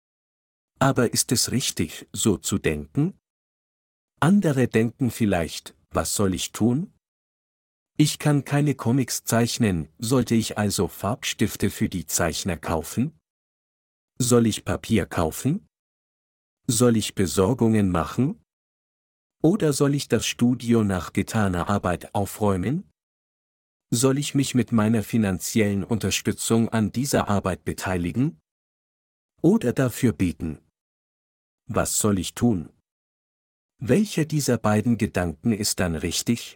Aber ist es richtig, so zu denken? Andere denken vielleicht, was soll ich tun? Ich kann keine Comics zeichnen, sollte ich also Farbstifte für die Zeichner kaufen? Soll ich Papier kaufen? Soll ich Besorgungen machen? Oder soll ich das Studio nach getaner Arbeit aufräumen? Soll ich mich mit meiner finanziellen Unterstützung an dieser Arbeit beteiligen? oder dafür beten? Was soll ich tun? Welcher dieser beiden Gedanken ist dann richtig?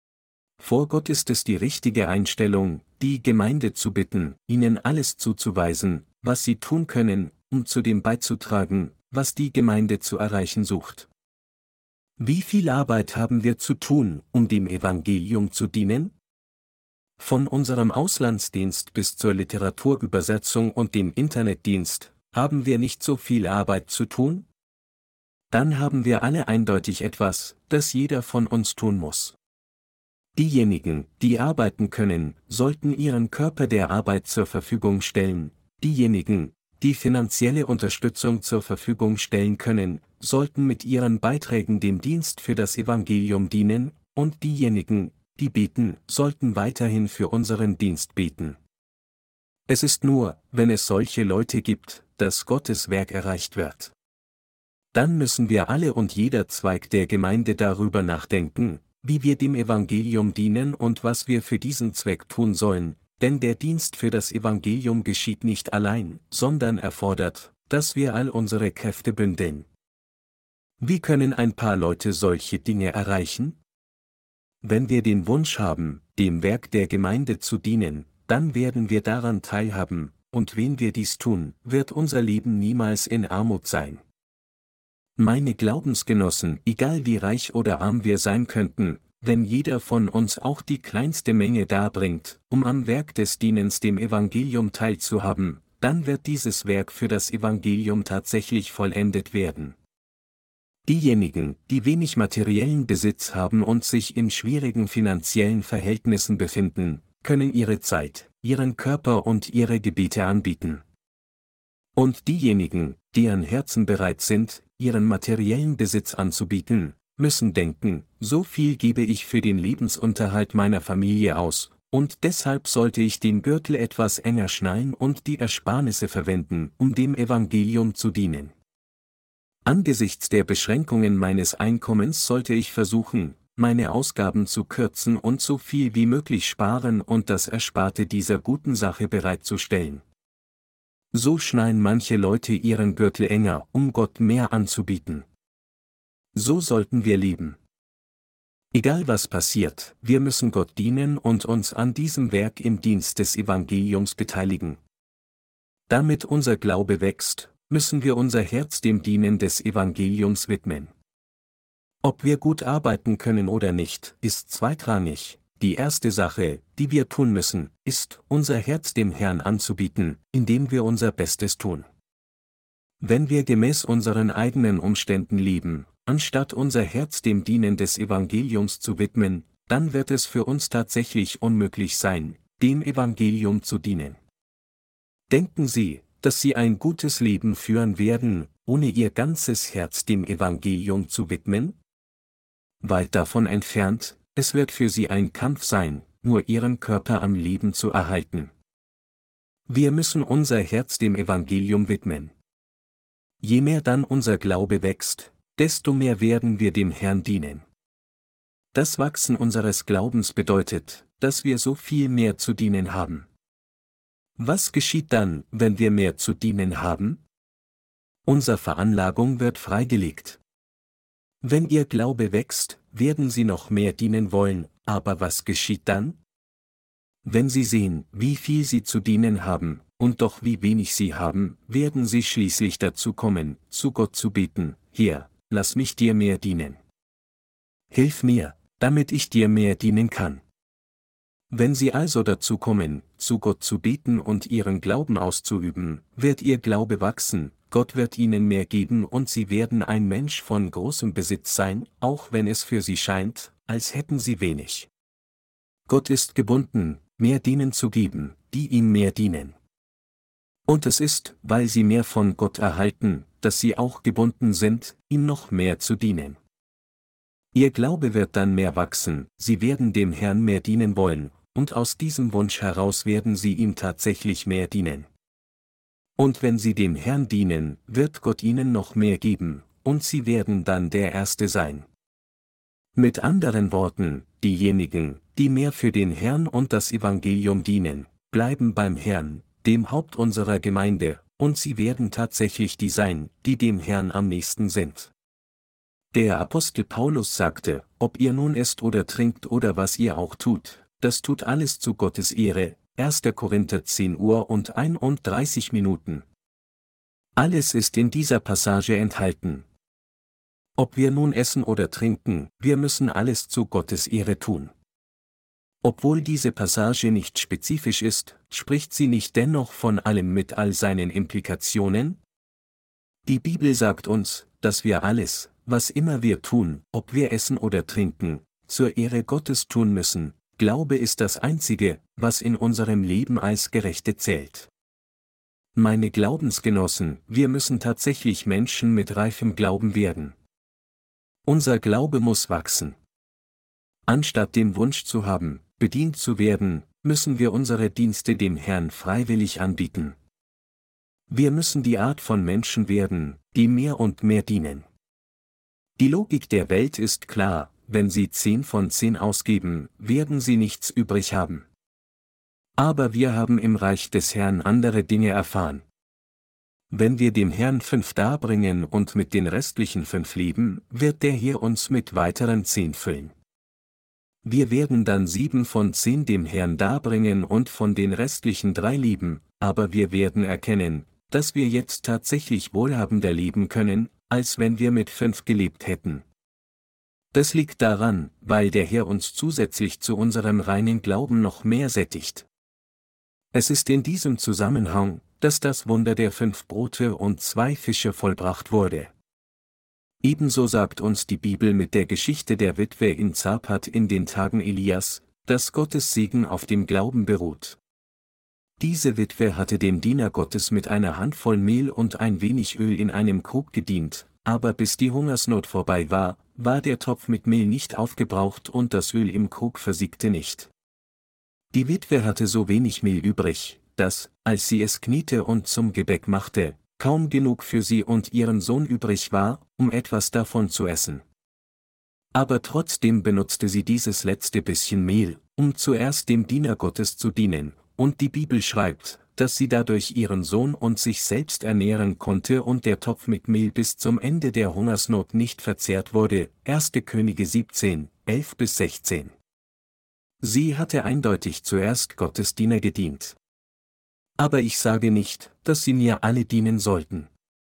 Vor Gott ist es die richtige Einstellung, die Gemeinde zu bitten, ihnen alles zuzuweisen, was sie tun können, um zu dem beizutragen, was die Gemeinde zu erreichen sucht. Wie viel Arbeit haben wir zu tun, um dem Evangelium zu dienen? Von unserem Auslandsdienst bis zur Literaturübersetzung und dem Internetdienst, haben wir nicht so viel Arbeit zu tun? Dann haben wir alle eindeutig etwas, das jeder von uns tun muss. Diejenigen, die arbeiten können, sollten ihren Körper der Arbeit zur Verfügung stellen. Diejenigen, die finanzielle Unterstützung zur Verfügung stellen können, sollten mit ihren Beiträgen dem Dienst für das Evangelium dienen, und diejenigen, die beten, sollten weiterhin für unseren Dienst beten. Es ist nur, wenn es solche Leute gibt, dass Gottes Werk erreicht wird. Dann müssen wir alle und jeder Zweig der Gemeinde darüber nachdenken, wie wir dem Evangelium dienen und was wir für diesen Zweck tun sollen, denn der Dienst für das Evangelium geschieht nicht allein, sondern erfordert, dass wir all unsere Kräfte bündeln. Wie können ein paar Leute solche Dinge erreichen? Wenn wir den Wunsch haben, dem Werk der Gemeinde zu dienen, dann werden wir daran teilhaben, und wenn wir dies tun, wird unser Leben niemals in Armut sein. Meine Glaubensgenossen, egal wie reich oder arm wir sein könnten, wenn jeder von uns auch die kleinste Menge darbringt, um am Werk des Dienens dem Evangelium teilzuhaben, dann wird dieses Werk für das Evangelium tatsächlich vollendet werden. Diejenigen, die wenig materiellen Besitz haben und sich in schwierigen finanziellen Verhältnissen befinden, können ihre Zeit, ihren Körper und ihre Gebete anbieten. Und diejenigen, die an Herzen bereit sind, ihren materiellen Besitz anzubieten, müssen denken, so viel gebe ich für den Lebensunterhalt meiner Familie aus, und deshalb sollte ich den Gürtel etwas enger schnallen und die Ersparnisse verwenden, um dem Evangelium zu dienen. Angesichts der Beschränkungen meines Einkommens sollte ich versuchen, meine Ausgaben zu kürzen und so viel wie möglich sparen und das Ersparte dieser guten Sache bereitzustellen. So schnallen manche Leute ihren Gürtel enger, um Gott mehr anzubieten. So sollten wir leben. Egal was passiert, wir müssen Gott dienen und uns an diesem Werk im Dienst des Evangeliums beteiligen. Damit unser Glaube wächst, müssen wir unser Herz dem Dienen des Evangeliums widmen. Ob wir gut arbeiten können oder nicht, ist zweitrangig. Die erste Sache, die wir tun müssen, ist, unser Herz dem Herrn anzubieten, indem wir unser Bestes tun. Wenn wir gemäß unseren eigenen Umständen leben, anstatt unser Herz dem Dienen des Evangeliums zu widmen, dann wird es für uns tatsächlich unmöglich sein, dem Evangelium zu dienen. Denken Sie, dass Sie ein gutes Leben führen werden, ohne Ihr ganzes Herz dem Evangelium zu widmen? Weit davon entfernt, es wird für Sie ein Kampf sein, nur Ihren Körper am Leben zu erhalten. Wir müssen unser Herz dem Evangelium widmen. Je mehr dann unser Glaube wächst, desto mehr werden wir dem Herrn dienen. Das Wachsen unseres Glaubens bedeutet, dass wir so viel mehr zu dienen haben. Was geschieht dann, wenn wir mehr zu dienen haben? Unsere Veranlagung wird freigelegt. Wenn Ihr Glaube wächst, werden Sie noch mehr dienen wollen, aber was geschieht dann? Wenn Sie sehen, wie viel Sie zu dienen haben, und doch wie wenig Sie haben, werden Sie schließlich dazu kommen, zu Gott zu beten: Herr, lass mich dir mehr dienen. Hilf mir, damit ich dir mehr dienen kann. Wenn Sie also dazu kommen, zu Gott zu beten und Ihren Glauben auszuüben, wird Ihr Glaube wachsen, Gott wird Ihnen mehr geben und Sie werden ein Mensch von großem Besitz sein, auch wenn es für Sie scheint, als hätten Sie wenig. Gott ist gebunden, mehr denen zu geben, die ihm mehr dienen. Und es ist, weil Sie mehr von Gott erhalten, dass Sie auch gebunden sind, ihm noch mehr zu dienen. Ihr Glaube wird dann mehr wachsen, Sie werden dem Herrn mehr dienen wollen, und aus diesem Wunsch heraus werden Sie ihm tatsächlich mehr dienen. Und wenn Sie dem Herrn dienen, wird Gott Ihnen noch mehr geben, und Sie werden dann der Erste sein. Mit anderen Worten, diejenigen, die mehr für den Herrn und das Evangelium dienen, bleiben beim Herrn, dem Haupt unserer Gemeinde, und sie werden tatsächlich die sein, die dem Herrn am nächsten sind. Der Apostel Paulus sagte, ob ihr nun esst oder trinkt oder was ihr auch tut, das tut alles zu Gottes Ehre, erster Korinther zehn Uhr und einunddreißig Minuten. Alles ist in dieser Passage enthalten. Ob wir nun essen oder trinken, wir müssen alles zu Gottes Ehre tun. Obwohl diese Passage nicht spezifisch ist, spricht sie nicht dennoch von allem mit all seinen Implikationen? Die Bibel sagt uns, dass wir alles, was immer wir tun, ob wir essen oder trinken, zur Ehre Gottes tun müssen. Glaube ist das Einzige, was in unserem Leben als Gerechte zählt. Meine Glaubensgenossen, wir müssen tatsächlich Menschen mit reifem Glauben werden. Unser Glaube muss wachsen. Anstatt den Wunsch zu haben, bedient zu werden, müssen wir unsere Dienste dem Herrn freiwillig anbieten. Wir müssen die Art von Menschen werden, die mehr und mehr dienen. Die Logik der Welt ist klar, wenn sie zehn von zehn ausgeben, werden sie nichts übrig haben. Aber wir haben im Reich des Herrn andere Dinge erfahren. Wenn wir dem Herrn fünf darbringen und mit den restlichen fünf leben, wird der Herr uns mit weiteren zehn füllen. Wir werden dann sieben von zehn dem Herrn darbringen und von den restlichen drei lieben, aber wir werden erkennen, dass wir jetzt tatsächlich wohlhabender leben können, als wenn wir mit fünf gelebt hätten. Das liegt daran, weil der Herr uns zusätzlich zu unserem reinen Glauben noch mehr sättigt. Es ist in diesem Zusammenhang, dass das Wunder der fünf Brote und zwei Fische vollbracht wurde. Ebenso sagt uns die Bibel mit der Geschichte der Witwe in Zarpat in den Tagen Elias, dass Gottes Segen auf dem Glauben beruht. Diese Witwe hatte dem Diener Gottes mit einer Handvoll Mehl und ein wenig Öl in einem Krug gedient, aber bis die Hungersnot vorbei war, war der Topf mit Mehl nicht aufgebraucht und das Öl im Krug versiegte nicht. Die Witwe hatte so wenig Mehl übrig, dass, als sie es kniete und zum Gebäck machte, kaum genug für sie und ihren Sohn übrig war, um etwas davon zu essen. Aber trotzdem benutzte sie dieses letzte bisschen Mehl, um zuerst dem Diener Gottes zu dienen, und die Bibel schreibt, dass sie dadurch ihren Sohn und sich selbst ernähren konnte und der Topf mit Mehl bis zum Ende der Hungersnot nicht verzehrt wurde, erster Könige siebzehn, elf bis sechzehn. Sie hatte eindeutig zuerst Gottes Diener gedient. Aber ich sage nicht, dass sie mir alle dienen sollten.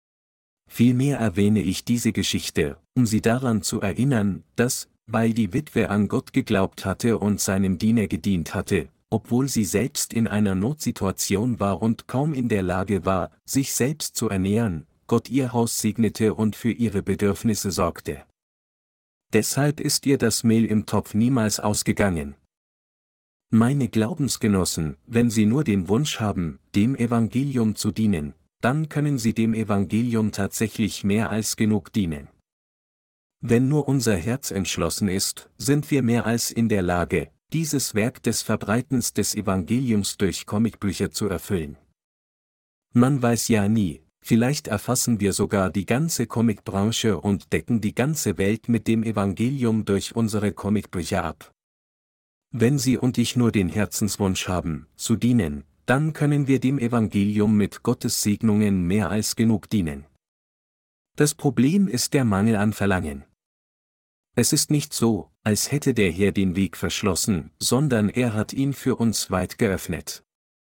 Vielmehr erwähne ich diese Geschichte, um sie daran zu erinnern, dass, weil die Witwe an Gott geglaubt hatte und seinem Diener gedient hatte, obwohl sie selbst in einer Notsituation war und kaum in der Lage war, sich selbst zu ernähren, Gott ihr Haus segnete und für ihre Bedürfnisse sorgte. Deshalb ist ihr das Mehl im Topf niemals ausgegangen. Meine Glaubensgenossen, wenn Sie nur den Wunsch haben, dem Evangelium zu dienen, dann können Sie dem Evangelium tatsächlich mehr als genug dienen. Wenn nur unser Herz entschlossen ist, sind wir mehr als in der Lage, dieses Werk des Verbreitens des Evangeliums durch Comicbücher zu erfüllen. Man weiß ja nie, vielleicht erfassen wir sogar die ganze Comicbranche und decken die ganze Welt mit dem Evangelium durch unsere Comicbücher ab. Wenn Sie und ich nur den Herzenswunsch haben, zu dienen, dann können wir dem Evangelium mit Gottes Segnungen mehr als genug dienen. Das Problem ist der Mangel an Verlangen. Es ist nicht so, als hätte der Herr den Weg verschlossen, sondern er hat ihn für uns weit geöffnet.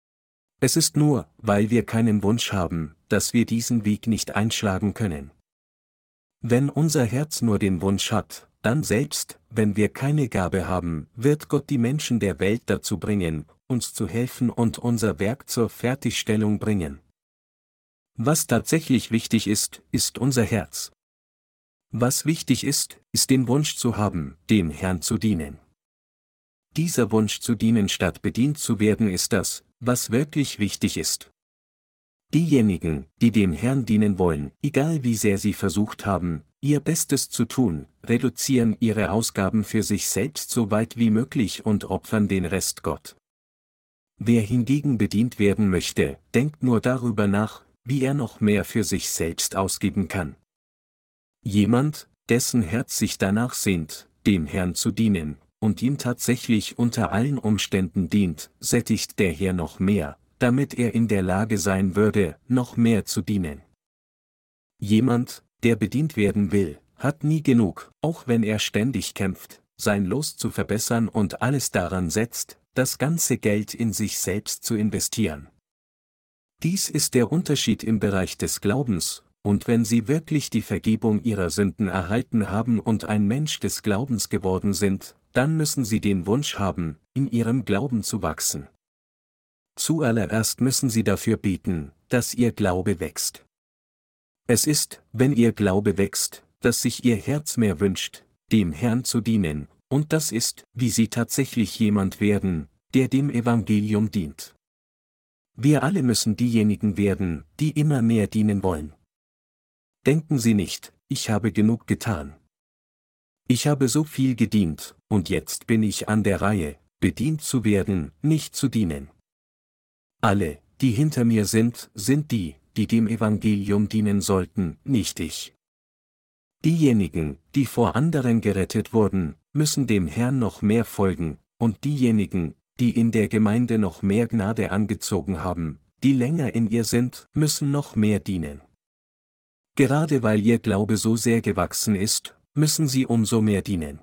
Es ist nur, weil wir keinen Wunsch haben, dass wir diesen Weg nicht einschlagen können. Wenn unser Herz nur den Wunsch hat, dann selbst, wenn wir keine Gabe haben, wird Gott die Menschen der Welt dazu bringen, uns zu helfen und unser Werk zur Fertigstellung bringen. Was tatsächlich wichtig ist, ist unser Herz. Was wichtig ist, ist den Wunsch zu haben, dem Herrn zu dienen. Dieser Wunsch zu dienen statt bedient zu werden ist das, was wirklich wichtig ist. Diejenigen, die dem Herrn dienen wollen, egal wie sehr sie versucht haben, ihr Bestes zu tun, reduzieren ihre Ausgaben für sich selbst so weit wie möglich und opfern den Rest Gott. Wer hingegen bedient werden möchte, denkt nur darüber nach, wie er noch mehr für sich selbst ausgeben kann. Jemand, dessen Herz sich danach sehnt, dem Herrn zu dienen, und ihm tatsächlich unter allen Umständen dient, sättigt der Herr noch mehr, damit er in der Lage sein würde, noch mehr zu dienen. Jemand, der bedient werden will, hat nie genug, auch wenn er ständig kämpft, sein Los zu verbessern und alles daran setzt, das ganze Geld in sich selbst zu investieren. Dies ist der Unterschied im Bereich des Glaubens, und wenn Sie wirklich die Vergebung Ihrer Sünden erhalten haben und ein Mensch des Glaubens geworden sind, dann müssen Sie den Wunsch haben, in Ihrem Glauben zu wachsen. Zuallererst müssen Sie dafür beten, dass Ihr Glaube wächst. Es ist, wenn Ihr Glaube wächst, dass sich Ihr Herz mehr wünscht, dem Herrn zu dienen, und das ist, wie Sie tatsächlich jemand werden, der dem Evangelium dient. Wir alle müssen diejenigen werden, die immer mehr dienen wollen. Denken Sie nicht, ich habe genug getan. Ich habe so viel gedient, und jetzt bin ich an der Reihe, bedient zu werden, nicht zu dienen. Alle, die hinter mir sind, sind die, die dem Evangelium dienen sollten, nicht ich. Diejenigen, die vor anderen gerettet wurden, müssen dem Herrn noch mehr folgen, und diejenigen, die in der Gemeinde noch mehr Gnade angezogen haben, die länger in ihr sind, müssen noch mehr dienen. Gerade weil ihr Glaube so sehr gewachsen ist, müssen sie umso mehr dienen.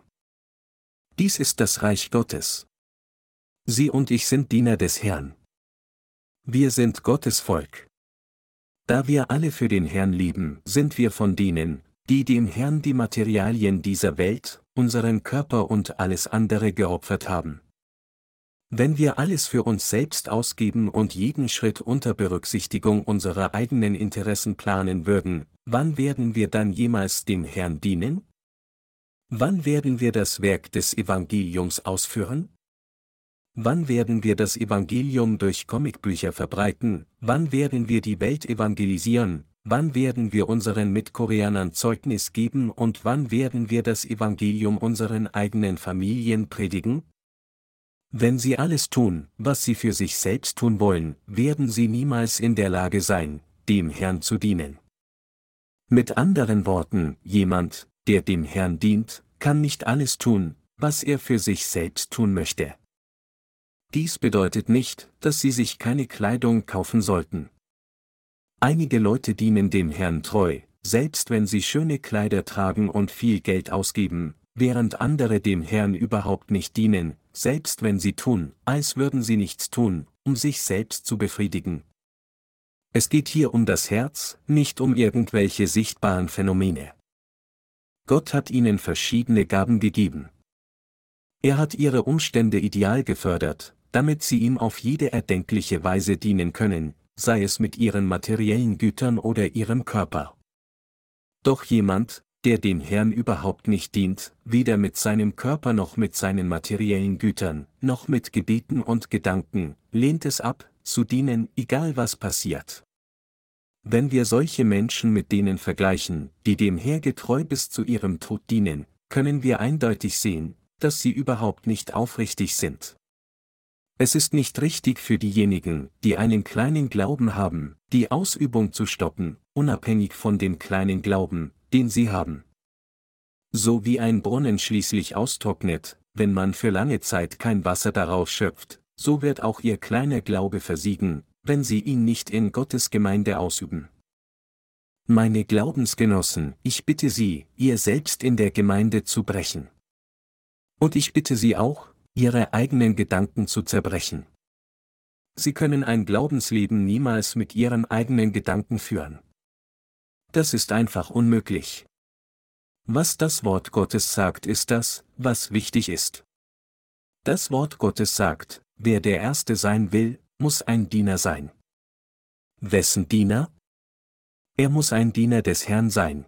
Dies ist das Reich Gottes. Sie und ich sind Diener des Herrn. Wir sind Gottes Volk. Da wir alle für den Herrn leben, sind wir von denen, die dem Herrn die Materialien dieser Welt, unseren Körper und alles andere geopfert haben. Wenn wir alles für uns selbst ausgeben und jeden Schritt unter Berücksichtigung unserer eigenen Interessen planen würden, wann werden wir dann jemals dem Herrn dienen? Wann werden wir das Werk des Evangeliums ausführen? Wann werden wir das Evangelium durch Comicbücher verbreiten? Wann werden wir die Welt evangelisieren? Wann werden wir unseren Mitkoreanern Zeugnis geben und wann werden wir das Evangelium unseren eigenen Familien predigen? Wenn sie alles tun, was sie für sich selbst tun wollen, werden sie niemals in der Lage sein, dem Herrn zu dienen. Mit anderen Worten, jemand, der dem Herrn dient, kann nicht alles tun, was er für sich selbst tun möchte. Dies bedeutet nicht, dass sie sich keine Kleidung kaufen sollten. Einige Leute dienen dem Herrn treu, selbst wenn sie schöne Kleider tragen und viel Geld ausgeben, während andere dem Herrn überhaupt nicht dienen, selbst wenn sie tun, als würden sie nichts tun, um sich selbst zu befriedigen. Es geht hier um das Herz, nicht um irgendwelche sichtbaren Phänomene. Gott hat ihnen verschiedene Gaben gegeben. Er hat ihre Umstände ideal gefördert, damit sie ihm auf jede erdenkliche Weise dienen können, sei es mit ihren materiellen Gütern oder ihrem Körper. Doch jemand, der dem Herrn überhaupt nicht dient, weder mit seinem Körper noch mit seinen materiellen Gütern, noch mit Gebeten und Gedanken, lehnt es ab, zu dienen, egal was passiert. Wenn wir solche Menschen mit denen vergleichen, die dem Herrn getreu bis zu ihrem Tod dienen, können wir eindeutig sehen, dass sie überhaupt nicht aufrichtig sind. Es ist nicht richtig für diejenigen, die einen kleinen Glauben haben, die Ausübung zu stoppen, unabhängig von dem kleinen Glauben, den sie haben. So wie ein Brunnen schließlich austrocknet, wenn man für lange Zeit kein Wasser daraus schöpft, so wird auch ihr kleiner Glaube versiegen, wenn sie ihn nicht in Gottes Gemeinde ausüben. Meine Glaubensgenossen, ich bitte Sie, ihr selbst in der Gemeinde zu brechen. Und ich bitte Sie auch, Ihre eigenen Gedanken zu zerbrechen. Sie können ein Glaubensleben niemals mit Ihren eigenen Gedanken führen. Das ist einfach unmöglich. Was das Wort Gottes sagt, ist das, was wichtig ist. Das Wort Gottes sagt, wer der Erste sein will, muss ein Diener sein. Wessen Diener? Er muss ein Diener des Herrn sein.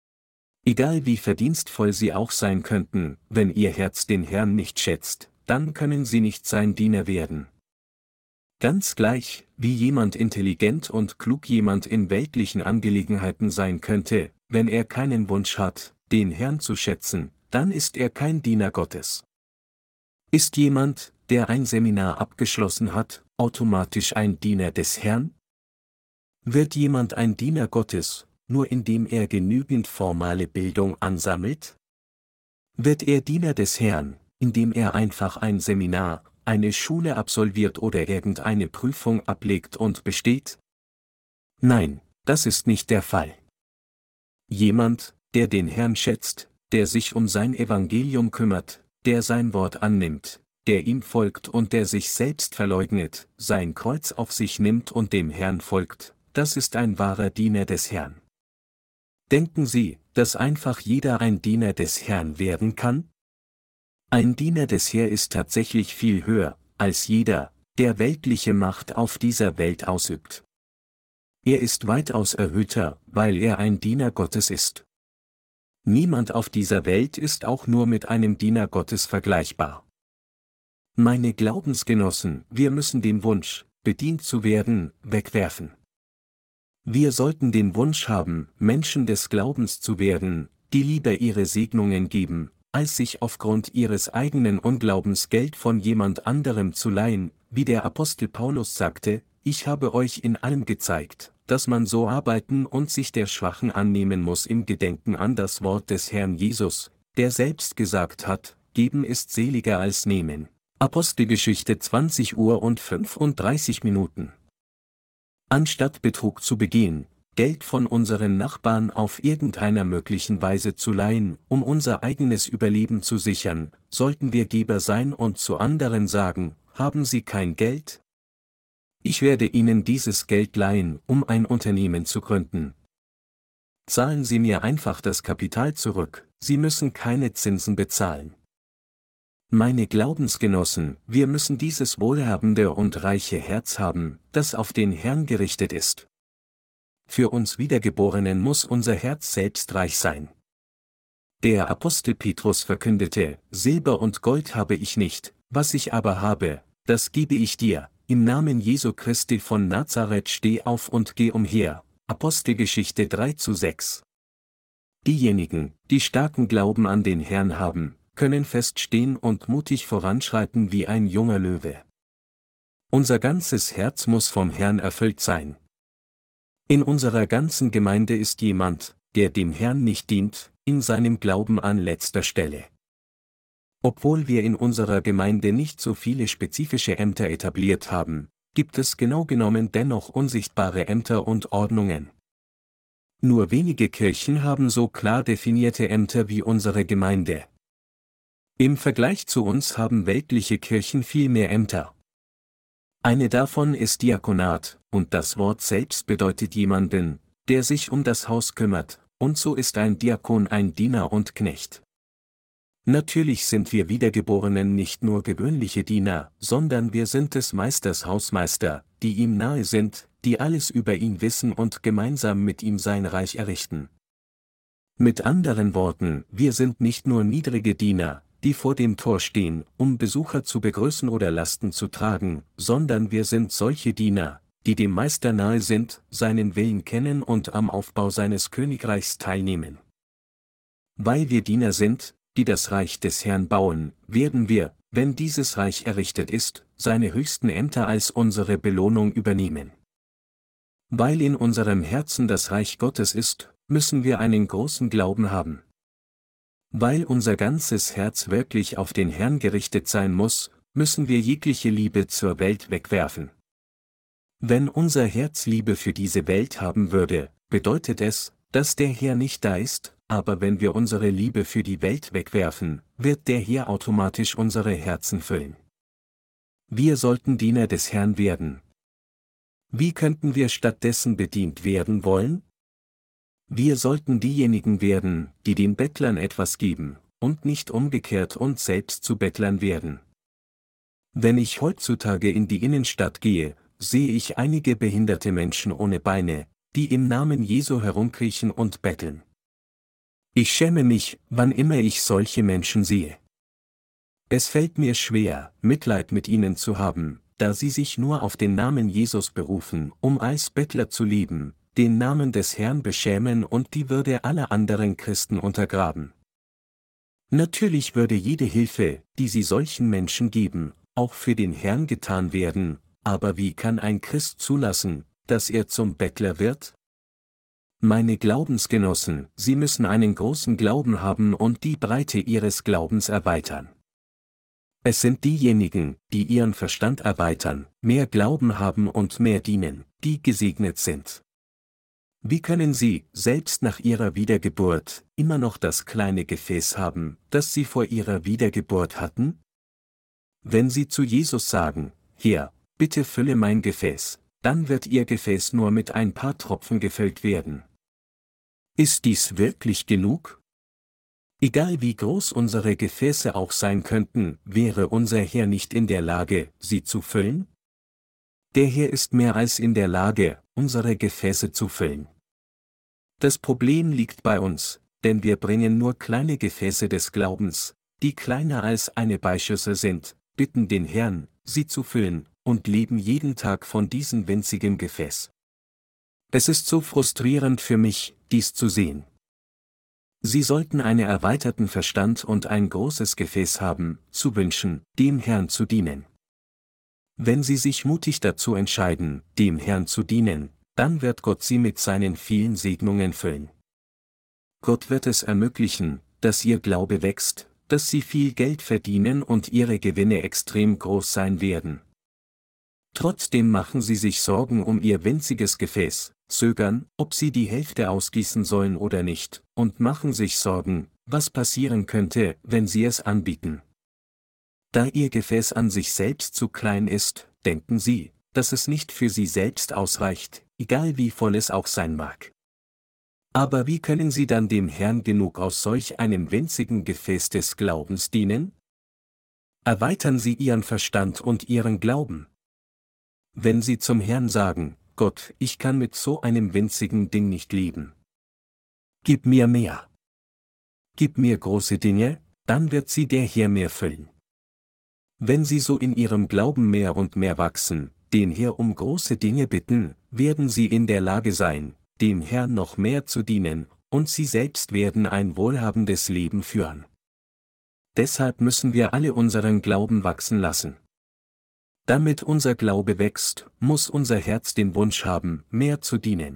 Egal wie verdienstvoll Sie auch sein könnten, wenn Ihr Herz den Herrn nicht schätzt, dann können Sie nicht sein Diener werden. Ganz gleich, wie jemand intelligent und klug jemand in weltlichen Angelegenheiten sein könnte, wenn er keinen Wunsch hat, den Herrn zu schätzen, dann ist er kein Diener Gottes. Ist jemand, der ein Seminar abgeschlossen hat, automatisch ein Diener des Herrn? Wird jemand ein Diener Gottes, nur indem er genügend formale Bildung ansammelt? Wird er Diener des Herrn, indem er einfach ein Seminar eine Schule absolviert oder irgendeine Prüfung ablegt und besteht? Nein, das ist nicht der Fall. Jemand, der den Herrn schätzt, der sich um sein Evangelium kümmert, der sein Wort annimmt, der ihm folgt und der sich selbst verleugnet, sein Kreuz auf sich nimmt und dem Herrn folgt, das ist ein wahrer Diener des Herrn. Denken Sie, dass einfach jeder ein Diener des Herrn werden kann? Ein Diener des Herrn ist tatsächlich viel höher, als jeder, der weltliche Macht auf dieser Welt ausübt. Er ist weitaus erhöhter, weil er ein Diener Gottes ist. Niemand auf dieser Welt ist auch nur mit einem Diener Gottes vergleichbar. Meine Glaubensgenossen, wir müssen den Wunsch, bedient zu werden, wegwerfen. Wir sollten den Wunsch haben, Menschen des Glaubens zu werden, die lieber ihre Segnungen geben, als sich aufgrund ihres eigenen Unglaubens Geld von jemand anderem zu leihen, wie der Apostel Paulus sagte, ich habe euch in allem gezeigt, dass man so arbeiten und sich der Schwachen annehmen muss im Gedenken an das Wort des Herrn Jesus, der selbst gesagt hat, geben ist seliger als nehmen. Apostelgeschichte zwanzig Uhr und fünfunddreißig Minuten. Anstatt Betrug zu begehen, Geld von unseren Nachbarn auf irgendeiner möglichen Weise zu leihen, um unser eigenes Überleben zu sichern, sollten wir Geber sein und zu anderen sagen, haben Sie kein Geld? Ich werde Ihnen dieses Geld leihen, um ein Unternehmen zu gründen. Zahlen Sie mir einfach das Kapital zurück, Sie müssen keine Zinsen bezahlen. Meine Glaubensgenossen, wir müssen dieses wohlhabende und reiche Herz haben, das auf den Herrn gerichtet ist. Für uns Wiedergeborenen muss unser Herz selbst reich sein. Der Apostel Petrus verkündete, Silber und Gold habe ich nicht, was ich aber habe, das gebe ich dir, im Namen Jesu Christi von Nazareth steh auf und geh umher. Apostelgeschichte drei zu sechs. Diejenigen, die starken Glauben an den Herrn haben, können feststehen und mutig voranschreiten wie ein junger Löwe. Unser ganzes Herz muss vom Herrn erfüllt sein. In unserer ganzen Gemeinde ist jemand, der dem Herrn nicht dient, in seinem Glauben an letzter Stelle. Obwohl wir in unserer Gemeinde nicht so viele spezifische Ämter etabliert haben, gibt es genau genommen dennoch unsichtbare Ämter und Ordnungen. Nur wenige Kirchen haben so klar definierte Ämter wie unsere Gemeinde. Im Vergleich zu uns haben weltliche Kirchen viel mehr Ämter. Eine davon ist Diakonat, und das Wort selbst bedeutet jemanden, der sich um das Haus kümmert, und so ist ein Diakon ein Diener und Knecht. Natürlich sind wir Wiedergeborenen nicht nur gewöhnliche Diener, sondern wir sind des Meisters Hausmeister, die ihm nahe sind, die alles über ihn wissen und gemeinsam mit ihm sein Reich errichten. Mit anderen Worten, wir sind nicht nur niedrige Diener, die vor dem Tor stehen, um Besucher zu begrüßen oder Lasten zu tragen, sondern wir sind solche Diener, die dem Meister nahe sind, seinen Willen kennen und am Aufbau seines Königreichs teilnehmen. Weil wir Diener sind, die das Reich des Herrn bauen, werden wir, wenn dieses Reich errichtet ist, seine höchsten Ämter als unsere Belohnung übernehmen. Weil in unserem Herzen das Reich Gottes ist, müssen wir einen großen Glauben haben. Weil unser ganzes Herz wirklich auf den Herrn gerichtet sein muss, müssen wir jegliche Liebe zur Welt wegwerfen. Wenn unser Herz Liebe für diese Welt haben würde, bedeutet es, dass der Herr nicht da ist, aber wenn wir unsere Liebe für die Welt wegwerfen, wird der Herr automatisch unsere Herzen füllen. Wir sollten Diener des Herrn werden. Wie könnten wir stattdessen bedient werden wollen? Wir sollten diejenigen werden, die den Bettlern etwas geben, und nicht umgekehrt und selbst zu Bettlern werden. Wenn ich heutzutage in die Innenstadt gehe, sehe ich einige behinderte Menschen ohne Beine, die im Namen Jesu herumkriechen und betteln. Ich schäme mich, wann immer ich solche Menschen sehe. Es fällt mir schwer, Mitleid mit ihnen zu haben, da sie sich nur auf den Namen Jesus berufen, um als Bettler zu leben, den Namen des Herrn beschämen und die Würde aller anderen Christen untergraben. Natürlich würde jede Hilfe, die sie solchen Menschen geben, auch für den Herrn getan werden, aber wie kann ein Christ zulassen, dass er zum Bettler wird? Meine Glaubensgenossen, Sie müssen einen großen Glauben haben und die Breite Ihres Glaubens erweitern. Es sind diejenigen, die ihren Verstand erweitern, mehr Glauben haben und mehr dienen, die gesegnet sind. Wie können sie, selbst nach ihrer Wiedergeburt, immer noch das kleine Gefäß haben, das sie vor ihrer Wiedergeburt hatten? Wenn sie zu Jesus sagen, Herr, bitte fülle mein Gefäß, dann wird ihr Gefäß nur mit ein paar Tropfen gefüllt werden. Ist dies wirklich genug? Egal wie groß unsere Gefäße auch sein könnten, wäre unser Herr nicht in der Lage, sie zu füllen? Der Herr ist mehr als in der Lage, unsere Gefäße zu füllen. Das Problem liegt bei uns, denn wir bringen nur kleine Gefäße des Glaubens, die kleiner als eine Beichtschüssel sind, bitten den Herrn, sie zu füllen, und leben jeden Tag von diesem winzigen Gefäß. Es ist so frustrierend für mich, dies zu sehen. Sie sollten einen erweiterten Verstand und ein großes Gefäß haben, zu wünschen, dem Herrn zu dienen. Wenn Sie sich mutig dazu entscheiden, dem Herrn zu dienen, dann wird Gott Sie mit seinen vielen Segnungen füllen. Gott wird es ermöglichen, dass Ihr Glaube wächst, dass Sie viel Geld verdienen und Ihre Gewinne extrem groß sein werden. Trotzdem machen Sie sich Sorgen um Ihr winziges Gefäß, zögern, ob Sie die Hälfte ausgießen sollen oder nicht, und machen sich Sorgen, was passieren könnte, wenn Sie es anbieten. Da Ihr Gefäß an sich selbst zu klein ist, denken Sie, dass es nicht für Sie selbst ausreicht, egal wie voll es auch sein mag. Aber wie können Sie dann dem Herrn genug aus solch einem winzigen Gefäß des Glaubens dienen? Erweitern Sie Ihren Verstand und Ihren Glauben. Wenn Sie zum Herrn sagen, Gott, ich kann mit so einem winzigen Ding nicht leben. Gib mir mehr. Gib mir große Dinge, dann wird Sie der Herr mehr füllen. Wenn Sie so in Ihrem Glauben mehr und mehr wachsen, den Herr um große Dinge bitten, werden Sie in der Lage sein, dem Herrn noch mehr zu dienen, und Sie selbst werden ein wohlhabendes Leben führen. Deshalb müssen wir alle unseren Glauben wachsen lassen. Damit unser Glaube wächst, muss unser Herz den Wunsch haben, mehr zu dienen.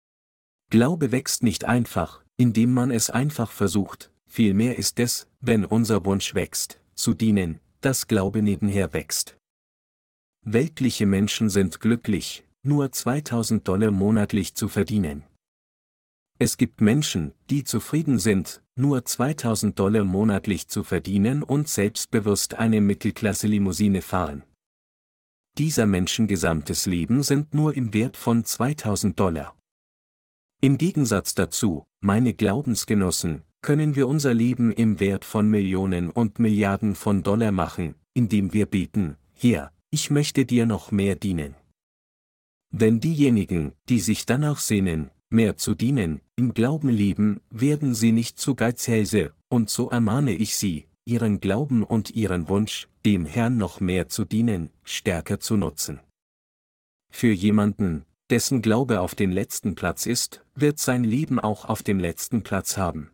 Glaube wächst nicht einfach, indem man es einfach versucht, vielmehr ist es, wenn unser Wunsch wächst, zu dienen, dass Glaube nebenher wächst. Weltliche Menschen sind glücklich, nur zweitausend Dollar monatlich zu verdienen. Es gibt Menschen, die zufrieden sind, nur zweitausend Dollar monatlich zu verdienen und selbstbewusst eine Mittelklasse-Limousine fahren. Dieser Menschen gesamtes Leben sind nur im Wert von zweitausend Dollar. Im Gegensatz dazu, meine Glaubensgenossen, können wir unser Leben im Wert von Millionen und Milliarden von Dollar machen, indem wir beten, Herr, ich möchte dir noch mehr dienen. Wenn diejenigen, die sich danach sehnen, mehr zu dienen, im Glauben leben, werden sie nicht zu Geizhälse, und so ermahne ich sie, ihren Glauben und ihren Wunsch, dem Herrn noch mehr zu dienen, stärker zu nutzen. Für jemanden, dessen Glaube auf den letzten Platz ist, wird sein Leben auch auf dem letzten Platz haben.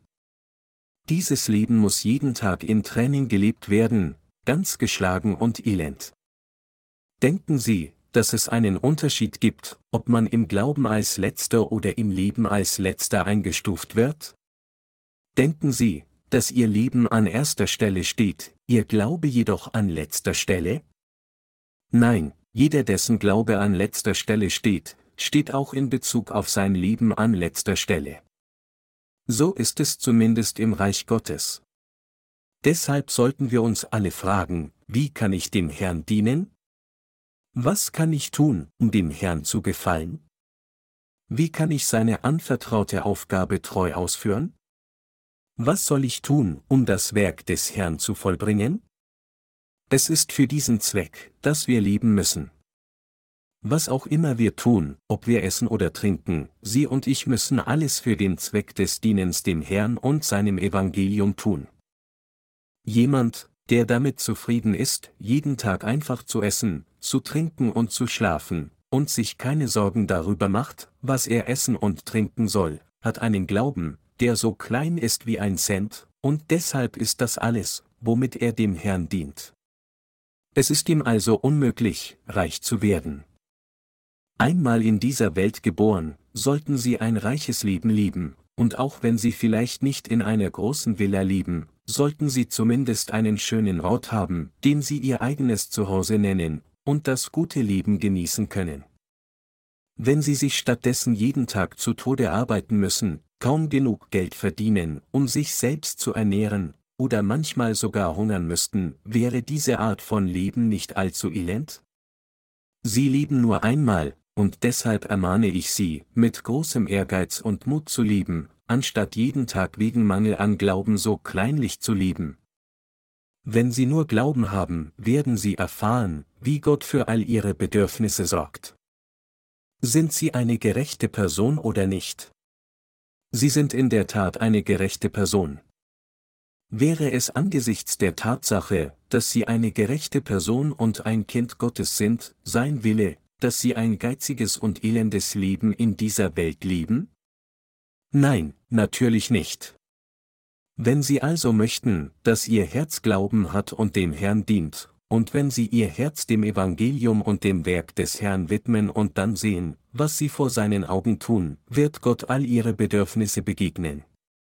Dieses Leben muss jeden Tag in Training gelebt werden, ganz geschlagen und elend. Denken Sie, dass es einen Unterschied gibt, ob man im Glauben als Letzter oder im Leben als Letzter eingestuft wird? Denken Sie, dass Ihr Leben an erster Stelle steht, Ihr Glaube jedoch an letzter Stelle? Nein, jeder, dessen Glaube an letzter Stelle steht, steht auch in Bezug auf sein Leben an letzter Stelle. So ist es zumindest im Reich Gottes. Deshalb sollten wir uns alle fragen, wie kann ich dem Herrn dienen? Was kann ich tun, um dem Herrn zu gefallen? Wie kann ich seine anvertraute Aufgabe treu ausführen? Was soll ich tun, um das Werk des Herrn zu vollbringen? Es ist für diesen Zweck, dass wir leben müssen. Was auch immer wir tun, ob wir essen oder trinken, Sie und ich müssen alles für den Zweck des Dienens dem Herrn und seinem Evangelium tun. Jemand, der damit zufrieden ist, jeden Tag einfach zu essen, zu trinken und zu schlafen, und sich keine Sorgen darüber macht, was er essen und trinken soll, hat einen Glauben, der so klein ist wie ein Cent, und deshalb ist das alles, womit er dem Herrn dient. Es ist ihm also unmöglich, reich zu werden. Einmal in dieser Welt geboren, sollten Sie ein reiches Leben leben, und auch wenn Sie vielleicht nicht in einer großen Villa leben, sollten Sie zumindest einen schönen Ort haben, den Sie Ihr eigenes Zuhause nennen, und das gute Leben genießen können. Wenn Sie sich stattdessen jeden Tag zu Tode arbeiten müssen, kaum genug Geld verdienen, um sich selbst zu ernähren, oder manchmal sogar hungern müssten, wäre diese Art von Leben nicht allzu elend? Sie leben nur einmal, und deshalb ermahne ich Sie, mit großem Ehrgeiz und Mut zu leben, anstatt jeden Tag wegen Mangel an Glauben so kleinlich zu leben. Wenn Sie nur Glauben haben, werden Sie erfahren, wie Gott für all Ihre Bedürfnisse sorgt. Sind Sie eine gerechte Person oder nicht? Sie sind in der Tat eine gerechte Person. Wäre es angesichts der Tatsache, dass Sie eine gerechte Person und ein Kind Gottes sind, sein Wille, dass Sie ein geiziges und elendes Leben in dieser Welt leben? Nein, natürlich nicht. Wenn Sie also möchten, dass Ihr Herz Glauben hat und dem Herrn dient, und wenn Sie Ihr Herz dem Evangelium und dem Werk des Herrn widmen und dann sehen, was Sie vor seinen Augen tun, wird Gott all Ihre Bedürfnisse begegnen.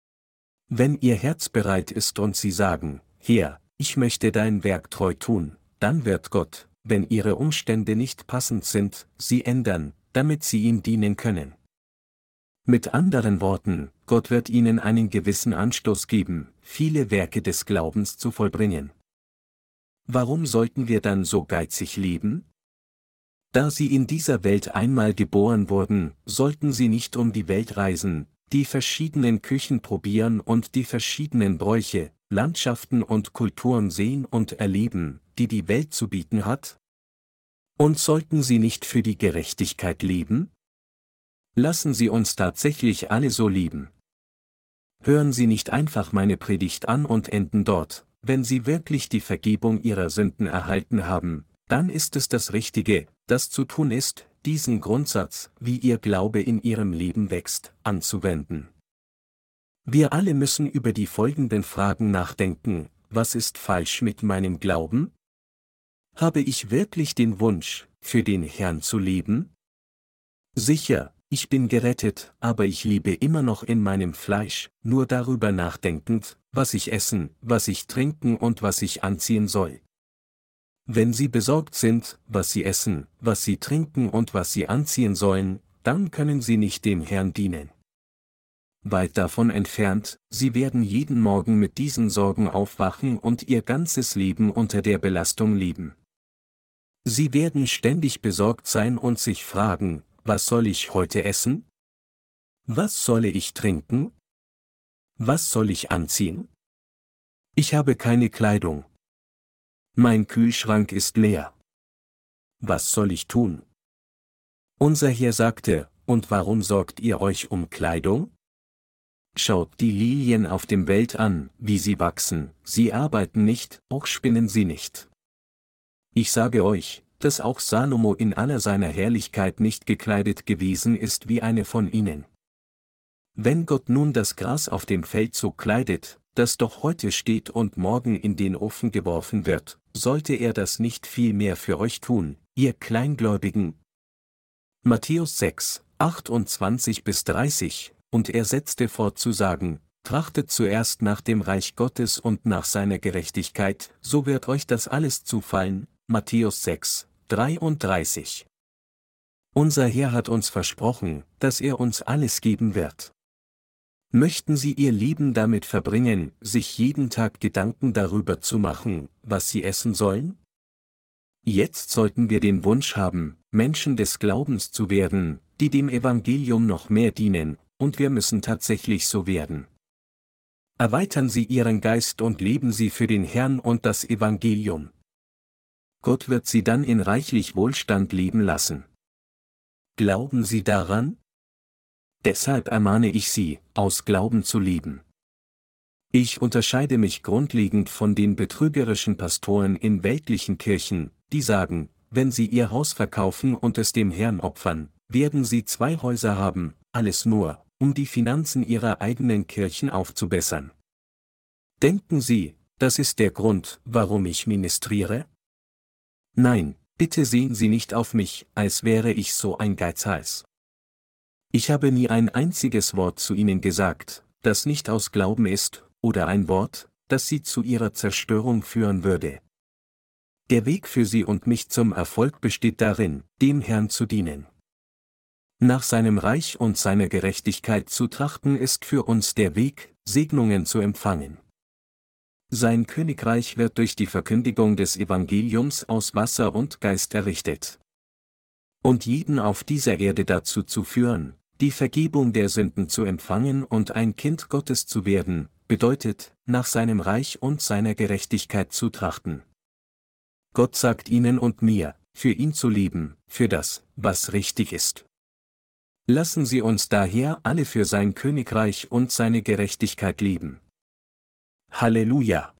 Wenn Ihr Herz bereit ist und Sie sagen, Herr, ich möchte dein Werk treu tun, dann wird Gott, wenn Ihre Umstände nicht passend sind, Sie ändern, damit Sie ihm dienen können. Mit anderen Worten, Gott wird Ihnen einen gewissen Anstoß geben, viele Werke des Glaubens zu vollbringen. Warum sollten wir dann so geizig leben? Da Sie in dieser Welt einmal geboren wurden, sollten Sie nicht um die Welt reisen, die verschiedenen Küchen probieren und die verschiedenen Bräuche, Landschaften und Kulturen sehen und erleben, die die Welt zu bieten hat? Und sollten Sie nicht für die Gerechtigkeit leben? Lassen Sie uns tatsächlich alle so lieben. Hören Sie nicht einfach meine Predigt an und enden dort. Wenn Sie wirklich die Vergebung Ihrer Sünden erhalten haben, dann ist es das Richtige, das zu tun ist, diesen Grundsatz, wie Ihr Glaube in Ihrem Leben wächst, anzuwenden. Wir alle müssen über die folgenden Fragen nachdenken: Was ist falsch mit meinem Glauben? Habe ich wirklich den Wunsch, für den Herrn zu leben? Sicher, ich bin gerettet, aber ich lebe immer noch in meinem Fleisch, nur darüber nachdenkend, was ich essen, was ich trinken und was ich anziehen soll. Wenn Sie besorgt sind, was Sie essen, was Sie trinken und was Sie anziehen sollen, dann können Sie nicht dem Herrn dienen. Weit davon entfernt, Sie werden jeden Morgen mit diesen Sorgen aufwachen und Ihr ganzes Leben unter der Belastung leben. Sie werden ständig besorgt sein und sich fragen, was soll ich heute essen? Was solle ich trinken? Was soll ich anziehen? Ich habe keine Kleidung. Mein Kühlschrank ist leer. Was soll ich tun? Unser Herr sagte, und warum sorgt ihr euch um Kleidung? Schaut die Lilien auf dem Feld an, wie sie wachsen, sie arbeiten nicht, auch spinnen sie nicht. Ich sage euch, dass auch Salomo in aller seiner Herrlichkeit nicht gekleidet gewesen ist wie eine von ihnen. Wenn Gott nun das Gras auf dem Feld so kleidet, das doch heute steht und morgen in den Ofen geworfen wird, sollte er das nicht viel mehr für euch tun, ihr Kleingläubigen? Matthäus sechs, achtundzwanzig bis dreißig, und er setzte fort zu sagen, trachtet zuerst nach dem Reich Gottes und nach seiner Gerechtigkeit, so wird euch das alles zufallen. Matthäus sechs, dreiunddreißig. Unser Herr hat uns versprochen, dass er uns alles geben wird. Möchten Sie Ihr Leben damit verbringen, sich jeden Tag Gedanken darüber zu machen, was Sie essen sollen? Jetzt sollten wir den Wunsch haben, Menschen des Glaubens zu werden, die dem Evangelium noch mehr dienen, und wir müssen tatsächlich so werden. Erweitern Sie Ihren Geist und leben Sie für den Herrn und das Evangelium. Gott wird Sie dann in reichlich Wohlstand leben lassen. Glauben Sie daran? Deshalb ermahne ich Sie, aus Glauben zu leben. Ich unterscheide mich grundlegend von den betrügerischen Pastoren in weltlichen Kirchen, die sagen, wenn sie ihr Haus verkaufen und es dem Herrn opfern, werden sie zwei Häuser haben, alles nur, um die Finanzen ihrer eigenen Kirchen aufzubessern. Denken Sie, das ist der Grund, warum ich ministriere? Nein, bitte sehen Sie nicht auf mich, als wäre ich so ein Geizhals. Ich habe nie ein einziges Wort zu Ihnen gesagt, das nicht aus Glauben ist, oder ein Wort, das sie zu ihrer Zerstörung führen würde. Der Weg für sie und mich zum Erfolg besteht darin, dem Herrn zu dienen. Nach seinem Reich und seiner Gerechtigkeit zu trachten ist für uns der Weg, Segnungen zu empfangen. Sein Königreich wird durch die Verkündigung des Evangeliums aus Wasser und Geist errichtet. Und jeden auf dieser Erde dazu zu führen, die Vergebung der Sünden zu empfangen und ein Kind Gottes zu werden, bedeutet, nach seinem Reich und seiner Gerechtigkeit zu trachten. Gott sagt Ihnen und mir, für ihn zu leben, für das, was richtig ist. Lassen Sie uns daher alle für sein Königreich und seine Gerechtigkeit leben. Halleluja!